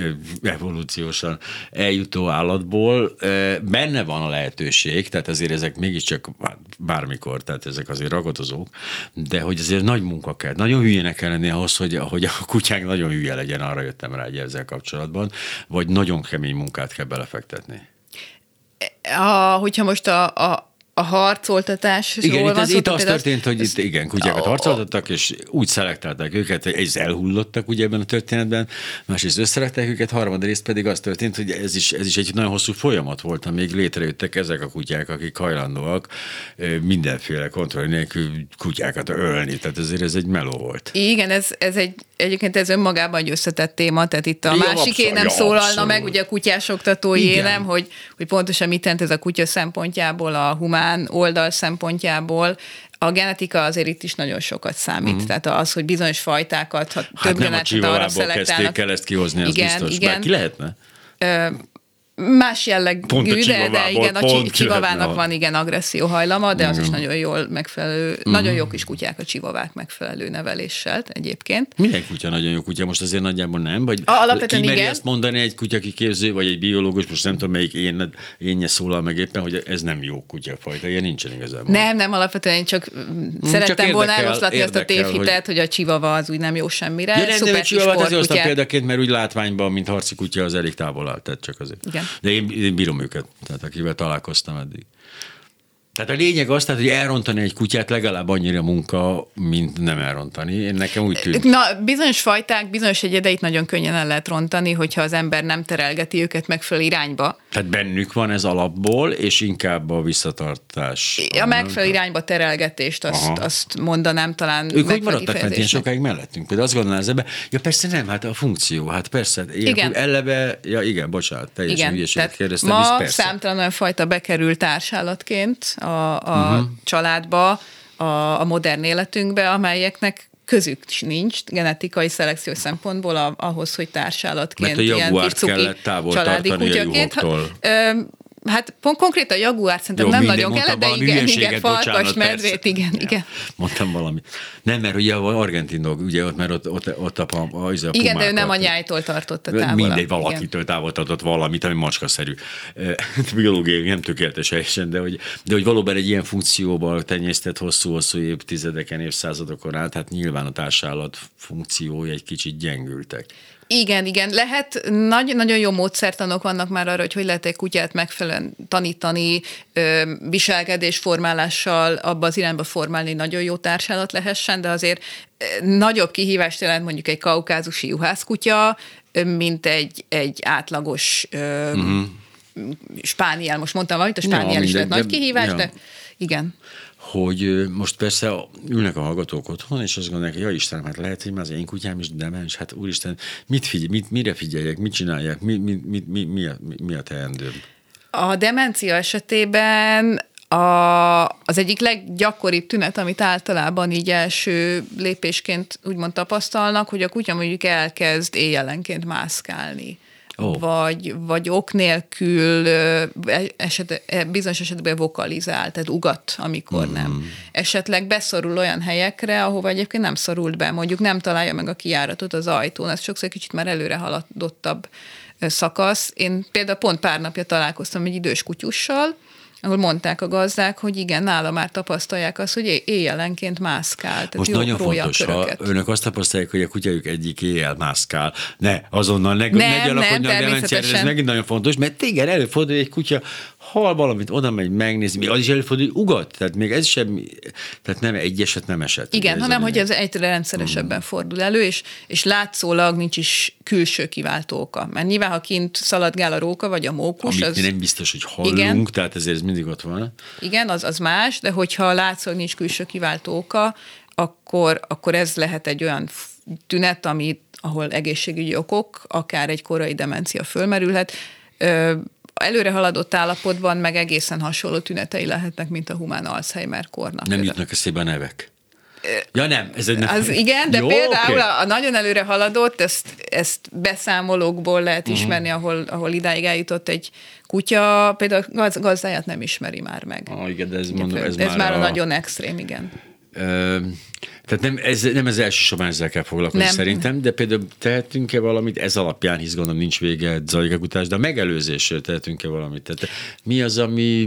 evolúciósan eljutó állatból. Benne van a lehetőség, tehát azért ezek mégiscsak bármikor, tehát ezek azért ragadozók, de hogy azért nagy munka kell. Nagyon hülyének kell lenni ahhoz, hogy, hogy a kutyánk nagyon hülye legyen, arra jöttem rá egy ezzel kapcsolatban, vagy nagyon kemény munkát kell belefektetni. A, hogyha most a, a a harcoltatásról igen, van itt, az, szó, itt az az, történt, hogy itt igen, kutyákat harcoltattak, és úgy szelektálták őket, hogy egyrészt elhullottak ugye ebben a történetben, másrészt összerakták őket, harmadrészt pedig az történt, hogy ez is, ez is egy nagyon hosszú folyamat volt, amíg létrejöttek ezek a kutyák, akik hajlandóak mindenféle kontroll nélkül kutyákat ölni, tehát ezért ez egy meló volt. Igen, ez, ez egy, egyébként ez önmagában egy összetett téma, tehát itt a ja, másiké nem ja, szólalna abszolút. Meg, ugye a kutyás oktatójé nem, hogy, hogy pontosan mit jelent ez a kutya szempontjából, a humán oldal szempontjából. A genetika azért itt is nagyon sokat számít. Mm. Tehát az, hogy bizonyos fajtákat, ha hát több nem a csivavából kezdték el ezt kihozni, az igen, biztos. Igen. Bár ki lehetne? Ö, más jellegű, de, de igen, a csivavának van igen agresszió hajlama, de az mm. is nagyon jól megfelelő, mm. nagyon jó kis kutyák a csivavák megfelelő neveléssel egyébként. Minden kutya nagyon jó kutya, most azért nagyjából nem? Vagy alapvetően kimeri igen. azt mondani egy kutyakiképző, vagy egy biológus, most nem tudom melyik én, énje szólal meg éppen, hogy ez nem jó kutyafajta, ilyen nincsen igazából. Nem, nem, alapvetően én csak mm, szerettem csak volna eloszlatni azt a tévhitet, hogy... hogy a csivava az úgy nem jó semmire. Ja, nem, nem, egy csivavát azért hoztam példaként, mert úgy látványban, mint harci kutya, az elég távol áll, tehát csak azért. Igen. De én, én bírom őket, tehát akivel találkoztam eddig. Tehát a lényeg az, tehát, hogy elrontani egy kutyát legalább annyira munka, mint nem elrontani. Én nekem úgy tűnt. Na, bizonyos fajták, bizonyos egyedeit nagyon könnyen el lehet rontani, hogyha az ember nem terelgeti őket megfelelő irányba. Tehát bennük van ez alapból, és inkább a visszatartás. A megfelelő irányba terelgetést, azt, azt mondanám talán. Ők hogy maradtak fent ilyen sokáig mellettünk? Például azt gondolnál ebbe, ja persze nem, hát a funkció, hát persze. Igen. Eleve, ja igen, bocsánat, teljesen hülyeséget kérdeztem. Ma persze. számtalan olyan fajta bekerült társállatként a, a uh-huh. családba, a, a modern életünkbe, amelyeknek közük is nincs genetikai szelekció szempontból a, ahhoz, hogy társállatként ilyen ilyen cuki távol családi kutyaként. Hát pont konkrétan a jaguár szerintem jó, nem nagyon kellett, de igen, igen, farkas, medvét, igen, ja, igen. Mondtam valami. Nem, mert ugye a argentin dolg, ugye ott, mert ott, ott, ott a, a, a, a igen, de ő nem a nyájtól tartotta távol. Mindegy, valakitől távol tartott valamit, ami macskaszerű. Biológiai nem tökéletes helyesen, de hogy, de hogy valóban egy ilyen funkcióban tenyésztett hosszú-hosszú évtizedeken, évszázadokon át, hát nyilván a társállat funkciója egy kicsit gyengültek. Igen, igen. Lehet, nagy, nagyon jó módszertanok vannak már arra, hogy hogy lehet egy kutyát megfelelően tanítani, viselkedésformálással abba az irányba formálni, nagyon jó társállat lehessen, de azért nagyobb kihívást jelent mondjuk egy kaukázusi juhászkutya, mint egy, egy átlagos uh-huh. spániel. Most mondtam valamit, a spániel ja, is lett nagy kihívás, ja. de igen. Hogy most persze ülnek a hallgatók otthon, és azt gondolják, hogy ja Istenem, hát lehet, hogy már az én kutyám is demens, hát úristen, mit figyelj, mit, mire figyeljek, mit csinálják, mi, mi, mi, mi, mi, a, mi a teendőm? A demencia esetében a, az egyik leggyakoribb tünet, amit általában így első lépésként úgymond tapasztalnak, hogy a kutya mondjuk elkezd éjjelenként mászkálni. Oh. Vagy, vagy ok nélkül eset, bizonyos esetben vokalizál, tehát ugat, amikor mm. nem. Esetleg beszorul olyan helyekre, ahova egyébként nem szorult be, mondjuk nem találja meg a kijáratot az ajtón, ez sokszor kicsit már előre haladottabb szakasz. Én például pont pár napja találkoztam egy idős kutyussal, ahol mondták a gazdák, hogy igen, nála már tapasztalják azt, hogy éjjelenként mászkál. Most nagyon fontos, ha önök azt tapasztalják, hogy a kutyájuk egyik éjjel mászkál, ne, azonnal ne, ne gyanakodjanak demenciára, ez megint nagyon fontos, mert igen, előfordul, hogy egy kutya hal valamit, oda megy megnézni, még az is előfordul, hogy ugat, tehát még ez sem, tehát nem egy eset nem esett. Igen, hanem, hogy ez egyre rendszeresebben mm. fordul elő, és, és látszólag nincs is külső kiváltó oka. Mert nyilván, ha kint szaladgál a róka, vagy a mókus, amit az... nem biztos, hogy hallunk, igen, tehát ezért ez mindig ott van. Igen, az, az más, de hogyha látszólag nincs külső kiváltó oka, akkor, akkor ez lehet egy olyan tünet, amit, ahol egészségügyi okok, akár egy korai demencia fölmerülhet. Ö, előre haladott állapotban meg egészen hasonló tünetei lehetnek, mint a humán Alzheimer-kornak. Nem jutnak eszébe a nevek. Ja nem, ez egy nem. Az igen, de jó, például okay. a nagyon előre haladott, ezt, ezt beszámolókból lehet uh-huh. ismerni, ahol, ahol idáig eljutott egy kutya, például gaz, gazdáját nem ismeri már meg. Ah, igen, de ez, igen, mondom, ez, ez már, már a... nagyon extrém, igen. Ö, tehát nem ez, nem ez elsősorban ezzel kell foglalkozni nem. Szerintem, de például tehetünk-e valamit, ez alapján hisz gondolom nincs vége zajgakutás, de a megelőzésről tehetünk-e valamit? Tehát mi az, ami...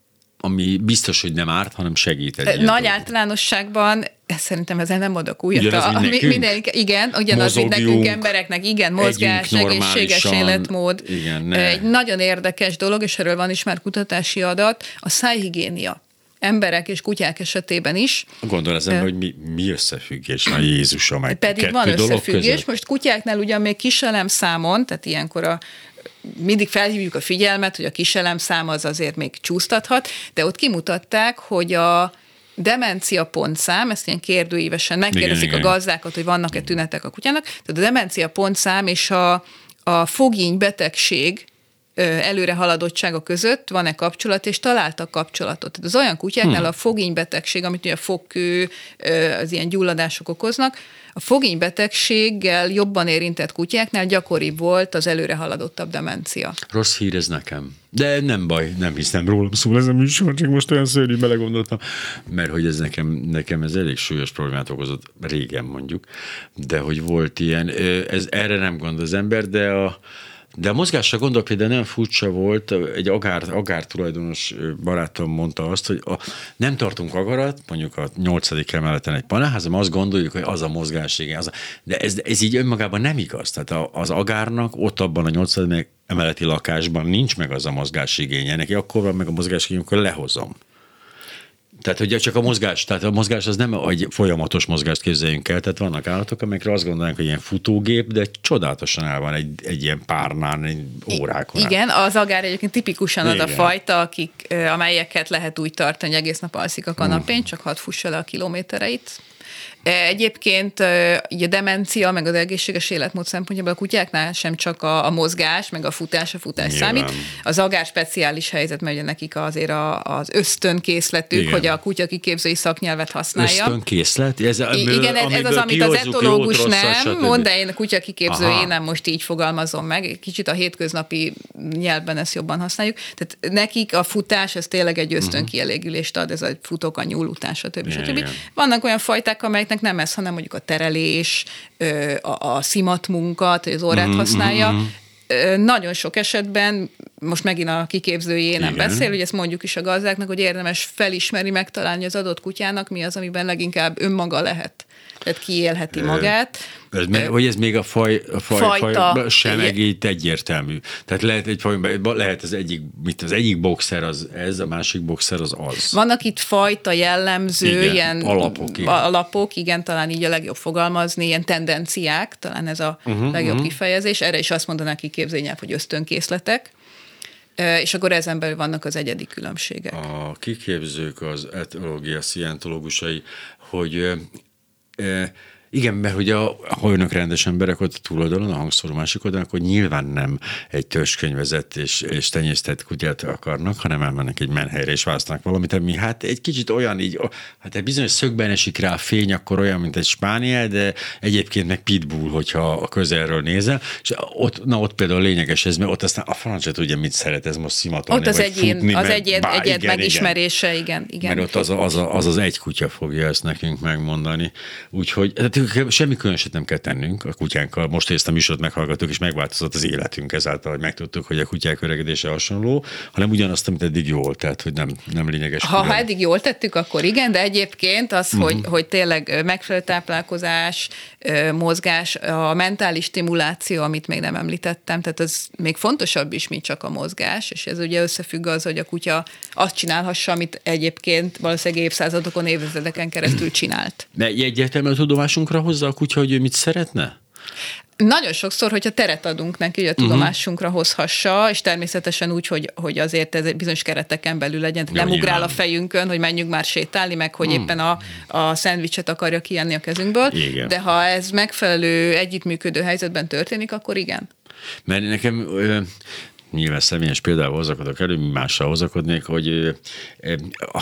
ami biztos, hogy nem árt, hanem segít egy Nagy dolog. Általánosságban, szerintem ezzel nem adok újat. Ugyanaz, a, mint minden, igen, ugyanaz, mint nekünk embereknek, igen, mozgás, egészséges életmód. Igen, egy nagyon érdekes dolog, és erről van is már kutatási adat, a szájhigiénia. Emberek és kutyák esetében is. Gondol ezen, uh, hogy mi, mi összefüggés van Jézusom, meg pedig van összefüggés. Most kutyáknál ugyan még kiselemszámon, tehát ilyenkor a mindig felhívjuk a figyelmet, hogy a kiselemszám az azért még csúsztathat, de ott kimutatták, hogy a demencia pontszám, ezt ilyen kérdőívesen megkérdezik igen, a gazdákat, hogy vannak-e tünetek a kutyának, tehát a demencia pontszám és a, a fogény betegség előre haladottsága között van-e kapcsolat, és találtak kapcsolatot. Tehát az olyan kutyáknál hmm. a fogénybetegség, amit ugye a fogkő, az ilyen gyulladások okoznak, a fogénybetegséggel jobban érintett kutyáknál gyakoribb volt az előre haladottabb demencia. Rossz hír ez nekem. De nem baj, nem hiszem rólam szól ez a műsor, csak most olyan szörnyű belegondoltam, mert hogy ez nekem, nekem ez elég súlyos problémát okozott régen mondjuk, de hogy volt ilyen, ez, erre nem gondol az ember, de a De a mozgásra gondolok, például nem furcsa volt, egy agár, agár tulajdonos barátom mondta azt, hogy a, nem tartunk agarat, mondjuk a nyolcadik emeleten egy panelházban, azt gondoljuk, hogy az a mozgás, igen, az a, de ez, ez így önmagában nem igaz. Tehát az agárnak ott abban a nyolcadik emeleti lakásban nincs meg az a mozgásigénye, neki akkor van meg a mozgásigény, akkor lehozom. Tehát, hogy csak a mozgás, tehát a mozgás az nem egy folyamatos mozgást képzeljünk el, tehát vannak állatok, amikre azt gondolják, hogy ilyen futógép, de csodálatosan el van egy, egy ilyen párnán, egy órákon. Igen, az agár egyébként tipikusan igen. az a fajta, akik, amelyeket lehet úgy tartani, hogy egész nap alszik a kanapén, mm. csak hadd fussa le a kilométereit. Egyébként így a demencia, meg az egészséges életmód szempontjából a kutyáknál sem csak a, a mozgás, meg a futás, a futás Nyilván. számít. Az agár speciális helyzet, mert ugye nekik azért a, az ösztönkészletük, Igen. hogy a kutya kiképzői szaknyelvet használja. Ösztönkészlet? Ez, I- igen, ez, ez az, amit az etológus jót, nem rosszat, mond, de én a kutya kiképző, én nem most így fogalmazom meg. Kicsit a hétköznapi nyelvben ezt jobban használjuk. Tehát nekik a futás, ez tényleg egy ösztönkielégülést ad, ez a futók, a nyúl után, stb. stb. Vannak olyan fajták, amelyeknek nem ez, hanem mondjuk a terelés, a, a szimatmunka, hogy az órát mm-hmm. használja. Nagyon sok esetben, most megint a kiképzőjén nem beszél, hogy ezt mondjuk is a gazdáknak, hogy érdemes felismerni, megtalálni az adott kutyának, mi az, amiben leginkább önmaga lehet. Tehát kiélheti magát. Ez, Ö, hogy ez még a faj, a faj, fajta, faj sem egész egyértelmű. Tehát lehet egy faj, lehet az egyik, mit az egyik boxer az ez, a másik boxer az az. Vannak itt fajta jellemző, igen, ilyen alapok, igen. alapok, igen, talán így a legjobb fogalmazni, ilyen tendenciák, talán ez a uh-huh, legjobb uh-huh. kifejezés. Erre is azt mondanák kiképzőnyelv, hogy ösztönkészletek. És akkor ezen belül vannak az egyedi különbségek. A kiképzők, az etológia szientológusai, hogy e, igen, mert hogy a, ha önök rendes emberek ott a túloldalon, a hangszóró másik oldalon, akkor nyilván nem egy törzskönyvezett és, és tenyésztett kutyát akarnak, hanem elmennek egy menhelyre és választanak valamit, ami hát egy kicsit olyan így, hát egy bizonyos szögben esik rá a fény, akkor olyan, mint egy spániel, de egyébként meg pitbull, hogyha a közelről nézel, és ott, na ott például lényeges ez, mert ott aztán a francia tudja, mit szeret, ez most szimatolni, ott az vagy egyén, futni, az meg, egyed, bá, egyed igen, megismerése, igen. igen. Mert ott az az, az az egy kutya fogja ezt nekünk megmondani. Úgyhogy semmi különöset nem kell tennünk a kutyánkkal. Most ezt a műsort meghallgattuk, és megváltozott az életünk ezáltal, hogy megtudtuk, hogy a kutyák öregedése hasonló, hanem ugyanazt, amit eddig jól, tehát hogy nem, nem lényeges. Ha, ha eddig jól tettük, akkor igen, de egyébként az, uh-huh. hogy, hogy tényleg megfelelő táplálkozás, mozgás, a mentális stimuláció, amit még nem említettem, tehát az még fontosabb is, mint csak a mozgás, és ez ugye összefügg az, hogy a kutya azt csinálhassa, amit egyébként valószínűleg évszázadokon, évezredeken keresztül csinált. De egyértelmű a tudomásunkra hozza a kutya, hogy ő mit szeretne? Nagyon sokszor, hogyha teret adunk neki, hogy a tudomásunkra hozhassa, és természetesen úgy, hogy, hogy azért ez egy bizonyos kereteken belül legyen, nem ja, ugrál a fejünkön, hogy menjünk már sétálni, meg hogy hmm. éppen a, a szendvicset akarja kienni a kezünkből, igen. De ha ez megfelelő együttműködő helyzetben történik, akkor igen. Mert nekem... Ö... Nyilván személyes példával hozakodok elő, mással hozakodnék, hogy a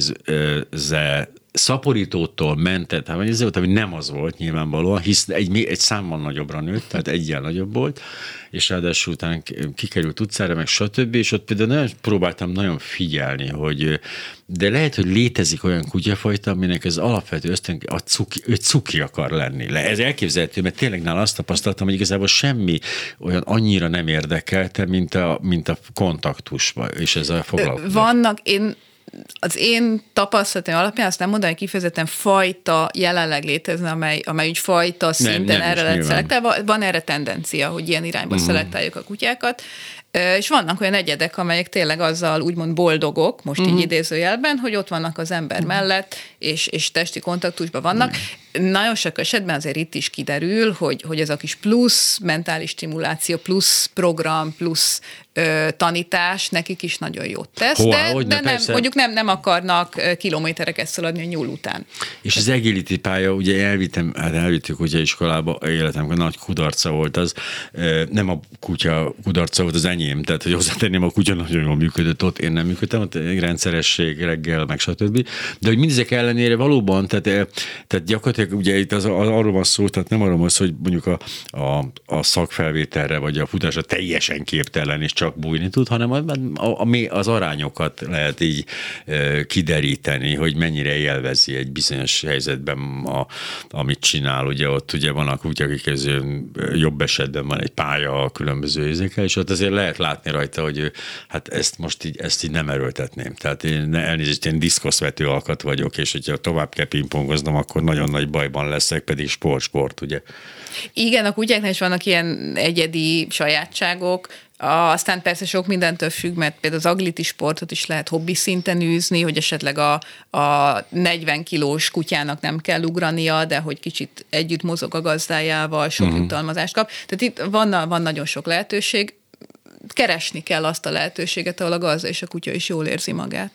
haványézze szaporítótól mentett haványézze volt, ami nem az volt nyilvánvalóan, hisz egy, egy számmal nagyobbra nőtt, tehát egyen nagyobb volt, és ráadásul után kikerült utcára, meg stb. És ott például nagyon próbáltam nagyon figyelni, hogy de lehet, hogy létezik olyan kutyafajta, aminek ez alapvető ösztön, a cuki, ő cuki akar lenni. Ez elképzelhető, mert tényleg nála azt tapasztaltam, hogy igazából semmi olyan annyira nem érdekelte, mint a, mint a kontaktus, és ez a foglalkozás. Vannak, én az én tapasztalatom alapján azt nem mondani, hogy kifejezetten fajta jelenleg létezne, amely, amely úgy fajta szinten nem, nem erre lett szelektálva. Van erre tendencia, hogy ilyen irányba mm. szelektáljuk a kutyákat, és vannak olyan egyedek, amelyek tényleg azzal úgymond boldogok, most mm. így idézőjelben, hogy ott vannak az ember mm. mellett, és, és testi kontaktusban vannak. Mm. Nagyon sok esetben azért itt is kiderül, hogy, hogy ez a kis plusz mentális stimuláció, plusz program, plusz ö, tanítás nekik is nagyon jót tesz, Hol, de, de nem, mondjuk nem, nem akarnak kilométereket szaladni a nyúl után. És az agility pálya, ugye elvittem, hát elvittük ugye iskolába, életemben nagy kudarca volt az, nem a kutya kudarca volt az enyém, tehát hogy hozzátenném, a kutya nagyon jól működött ott, én nem működtem, ott egy rendszeresség, reggel, meg stb. De hogy mindezek ellenére valóban, tehát, tehát gyakorlatilag ugye itt az, az, arról van szó, tehát nem arról van szó, hogy mondjuk a, a, a szakfelvételre, vagy a futásra teljesen képtelen és csak bújni tud, hanem a, a, a, az arányokat lehet így e, kideríteni, hogy mennyire élvezi egy bizonyos helyzetben, a, amit csinál. Ugye ott ugye van a kutya, akik jobb esetben van egy pálya a különböző érzékel, és ott azért lehet látni rajta, hogy hát ezt most így, ezt így nem erőltetném. Tehát én elnézést, én diszkoszvető alkat vagyok, és hogyha tovább kell pingpongoznom, akkor nagyon nagy bajban leszek, pedig sport-sport, ugye? Igen, a kutyáknál is vannak ilyen egyedi sajátságok, aztán persze sok mindentől függ, mert például az agility sportot is lehet hobbi szinten űzni, hogy esetleg a, a negyven kilós kutyának nem kell ugrania, de hogy kicsit együtt mozog a gazdájával, sok uh-huh. jutalmazást kap. Tehát itt van, van nagyon sok lehetőség. Keresni kell azt a lehetőséget, ahol a gazda és a kutya is jól érzi magát.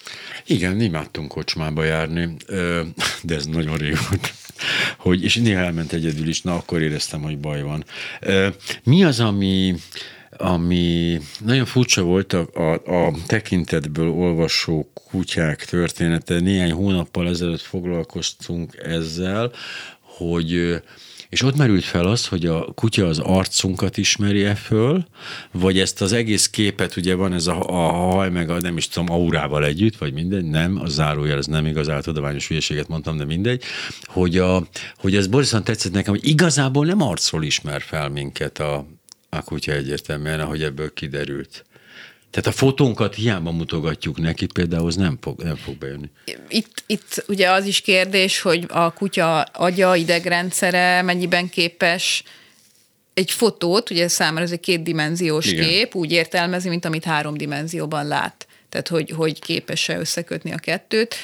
Igen, imádtunk kocsmába járni, de ez nagyon régóta. Hogy, és néha elment egyedül is, na akkor éreztem, hogy baj van. Mi az, ami, ami nagyon furcsa volt a, a, a tekintetből olvasó kutyák története? Néhány hónappal ezelőtt foglalkoztunk ezzel, hogy és ott merült fel az, hogy a kutya az arcunkat ismeri-e föl, vagy ezt az egész képet, ugye van ez a, a haj, meg a nem is tudom, aurával együtt, vagy mindegy, nem, a zárójel, ez nem igaz, áltudományos hülyeséget mondtam, de mindegy, hogy, a, hogy ez borzasztóan tetszett nekem, hogy igazából nem arcról ismer fel minket a, a kutya egyértelműen, ahogy ebből kiderült. Tehát a fotónkat hiába mutogatjuk neki, például az nem fog, nem fog bejönni. Itt, itt ugye az is kérdés, hogy a kutya agya, idegrendszere mennyiben képes egy fotót, ugye számára ez egy kétdimenziós Igen. kép, úgy értelmezi, mint amit három dimenzióban lát. Tehát, hogy, hogy képes-e összekötni a kettőt.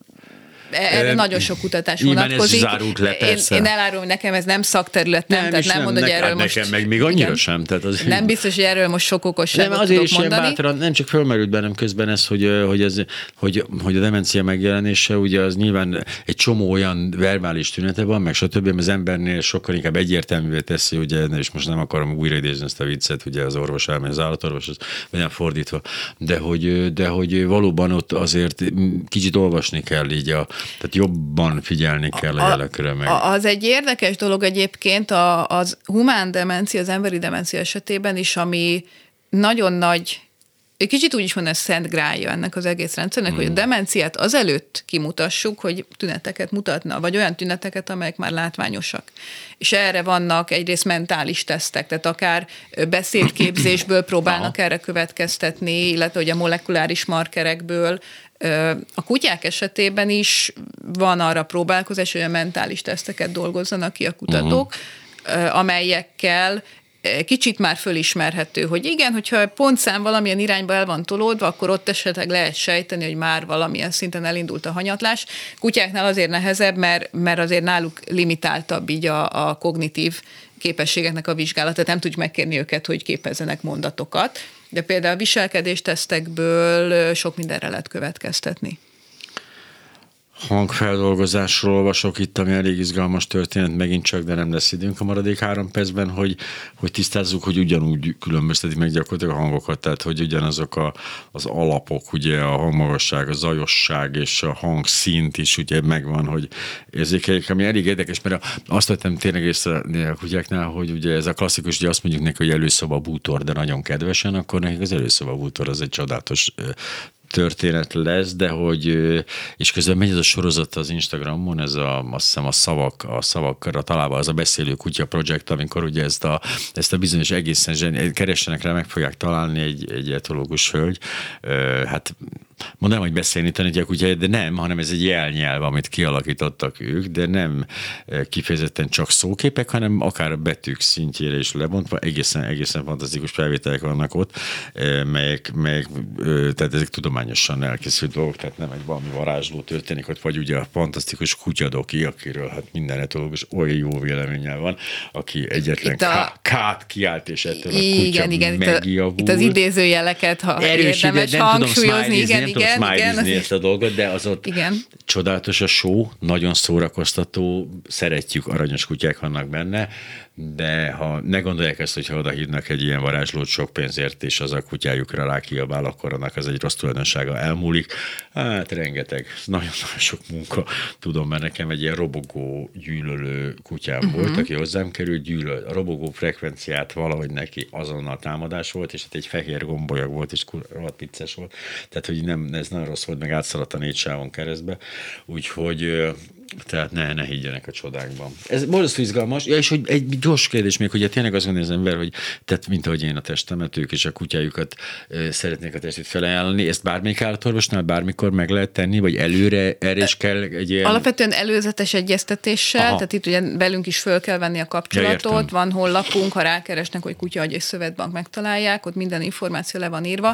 Erre e, nagyon sok kutatás vonatkozik. Le, én, én elárulom, hogy nekem ez nem szakterületem, nem, tehát nem, nem mondod, hogy erről most... Nekem meg még annyira igen, sem. Tehát az nem biztos, hogy erről most sok okosságot nem, tudok is mondani. Bátran, nem csak fölmerült bennem közben ez, hogy, hogy, ez, hogy, hogy a demencia megjelenése, ugye az nyilván egy csomó olyan verbális tünete van, meg stb. Az embernél sokkal inkább egyértelművé teszi, ugye, és most nem akarom újra idézni ezt a viccet, ugye az orvos elmegy, az állatorvos, az, vagy nem fordítva, de hogy, de hogy valóban ott azért kicsit olvasni kell így a tehát jobban figyelni kell a, a jelekre. Meg. Az egy érdekes dolog egyébként a, az humán demencia, az emberi demencia esetében is, ami nagyon nagy, kicsit úgy is mondom, szent grálja ennek az egész rendszernek, hmm. hogy a demenciát azelőtt kimutassuk, hogy tüneteket mutatna, vagy olyan tüneteket, amelyek már látványosak. És erre vannak egyrészt mentális tesztek, tehát akár beszédképzésből próbálnak erre következtetni, illetve hogy a molekuláris markerekből. A kutyák esetében is van arra próbálkozás, hogy a mentális teszteket dolgozzanak ki a kutatók, uh-huh. amelyekkel kicsit már fölismerhető, hogy igen, hogyha pontszám valamilyen irányba el van tolódva, akkor ott esetleg lehet sejteni, hogy már valamilyen szinten elindult a hanyatlás. Kutyáknál azért nehezebb, mert, mert azért náluk limitáltabb így a, a kognitív képességeknek a vizsgálata, nem tudjuk megkérni őket, hogy képezzenek mondatokat, de például a viselkedéstesztekből sok mindenre lehet következtetni. Hangfeldolgozásról olvasok itt, ami elég izgalmas történet, megint csak, de nem lesz időnk a maradék három percben, hogy, hogy tisztázzuk, hogy ugyanúgy különböztetik meg gyakorlatilag a hangokat, tehát hogy ugyanazok a, az alapok, ugye a hangmagasság, a zajosság és a hangszint is ugye megvan, hogy érzékeljék, ami elég érdekes, mert azt vettem tényleg észre a kutyáknál, hogy ugye ez a klasszikus, ugye azt mondjuk neki, hogy előszoba bútor, de nagyon kedvesen, akkor nekik az előszoba bútor az egy csodálatos történet lesz, de hogy, és közben megy ez a sorozat az Instagramon, ez a, azt hiszem a szavak, a szavakra találva az a beszélő kutya projekt, amikor ugye ezt a, ezt a bizonyos egészen zseni, keressenek rá, meg fogják találni egy, egy etológus hölgy, hát mondanám, hogy beszélni tanítják, ugye, de nem, hanem ez egy jelnyelv, amit kialakítottak ők, de nem kifejezetten csak szóképek, hanem akár betűk szintjére is lebontva, egészen, egészen fantasztikus felvételek vannak ott, melyek, melyek tehát ezek tudományosan elkészült dolgok, tehát nem egy valami varázsló történik, ott vagy ugye a fantasztikus kutyadoki, akiről hát minden etológus olyan jó véleménnyel van, aki egyetlen a... kát kiált, és ettől igen, a kutya igen, megjavul. Itt az idézőjeleket, ha erős, érdemes hangsúlyozni, igen, nem igen, tudom igen, smiley-zni ezt a dolgot, de az ott igen. Csodálatos a show, nagyon szórakoztató, szeretjük, aranyos kutyák vannak benne, de ha ne gondolják ezt, hogyha oda hívnak egy ilyen varázslót sok pénzért, és az a kutyájukra rákiabál, akkor annak az egy rossz tulajdonsága elmúlik. Hát rengeteg, nagyon-nagyon sok munka. Tudom, mert nekem egy ilyen robogó gyűlölő kutyám uh-huh. volt, aki hozzám került, gyűlöl, a robogó frekvenciát valahogy neki azonnal támadás volt, és hát egy fehér gombolyag volt, és rohadt vicces volt. Tehát, hogy nem, ez nagyon rossz volt, meg átszaladt a négy sávon keresztbe. Úgyhogy tehát ne, ne higgyenek a csodákban. Ez borzasztó izgalmas. Ja, és hogy egy gyors kérdés még, hogy tényleg azt gondolja az ember, hogy tehát, mint ahogy én a testemet, ők és a kutyájukat e, szeretnék a testét felajánlani, ezt bármelyik állatorvosnál bármikor meg lehet tenni, vagy előre erre is kell egy ilyen... Alapvetően előzetes egyeztetéssel, Aha. tehát itt ugye velünk is föl kell venni a kapcsolatot, ja, van honlapunk, ha rákeresnek, hogy Kutya Agy és Szövetbank, megtalálják, ott minden információ le van írva,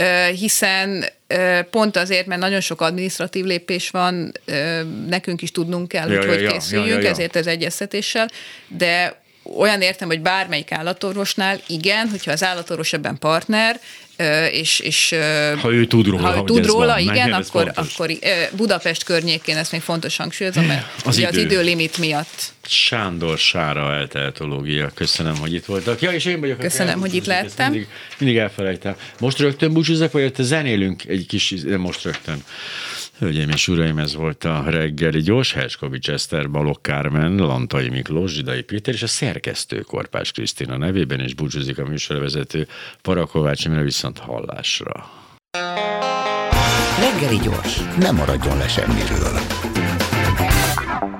hiszen pont azért, mert nagyon sok adminisztratív lépés van, nekünk is tudnunk kell, ja, hogy ja, hogy készüljünk, ja, ja, ja. ezért ez egyeztetéssel, de olyan értem, hogy bármelyik állatorvosnál igen, hogyha az állatorvos ebben partner, és, és ha ő tud róla, ha ő tud róla van, igen, akkor, akkor Budapest környékén ezt még fontos hangsúlyozom, mert az, idő. az időlimit miatt. Sándor Sára, eltehetológia. Köszönöm, hogy itt voltak. Ja, és én vagyok. Köszönöm, hogy itt lehettem. Mindig, mindig elfelejtem. Most rögtön búcsúzzak, vagy te zenélünk egy kis, de most rögtön. Hölgyeim és uraim, ez volt a reggeli gyors. Herskovics Eszter, Balogh Kármen, Lantai Miklós, Zsidai Péter és a szerkesztő Korpás Krisztina nevében, és búcsúzik a műsorvezető Parakovács Imre, viszont hallásra. Reggeli gyors, nem maradjon le semmiről.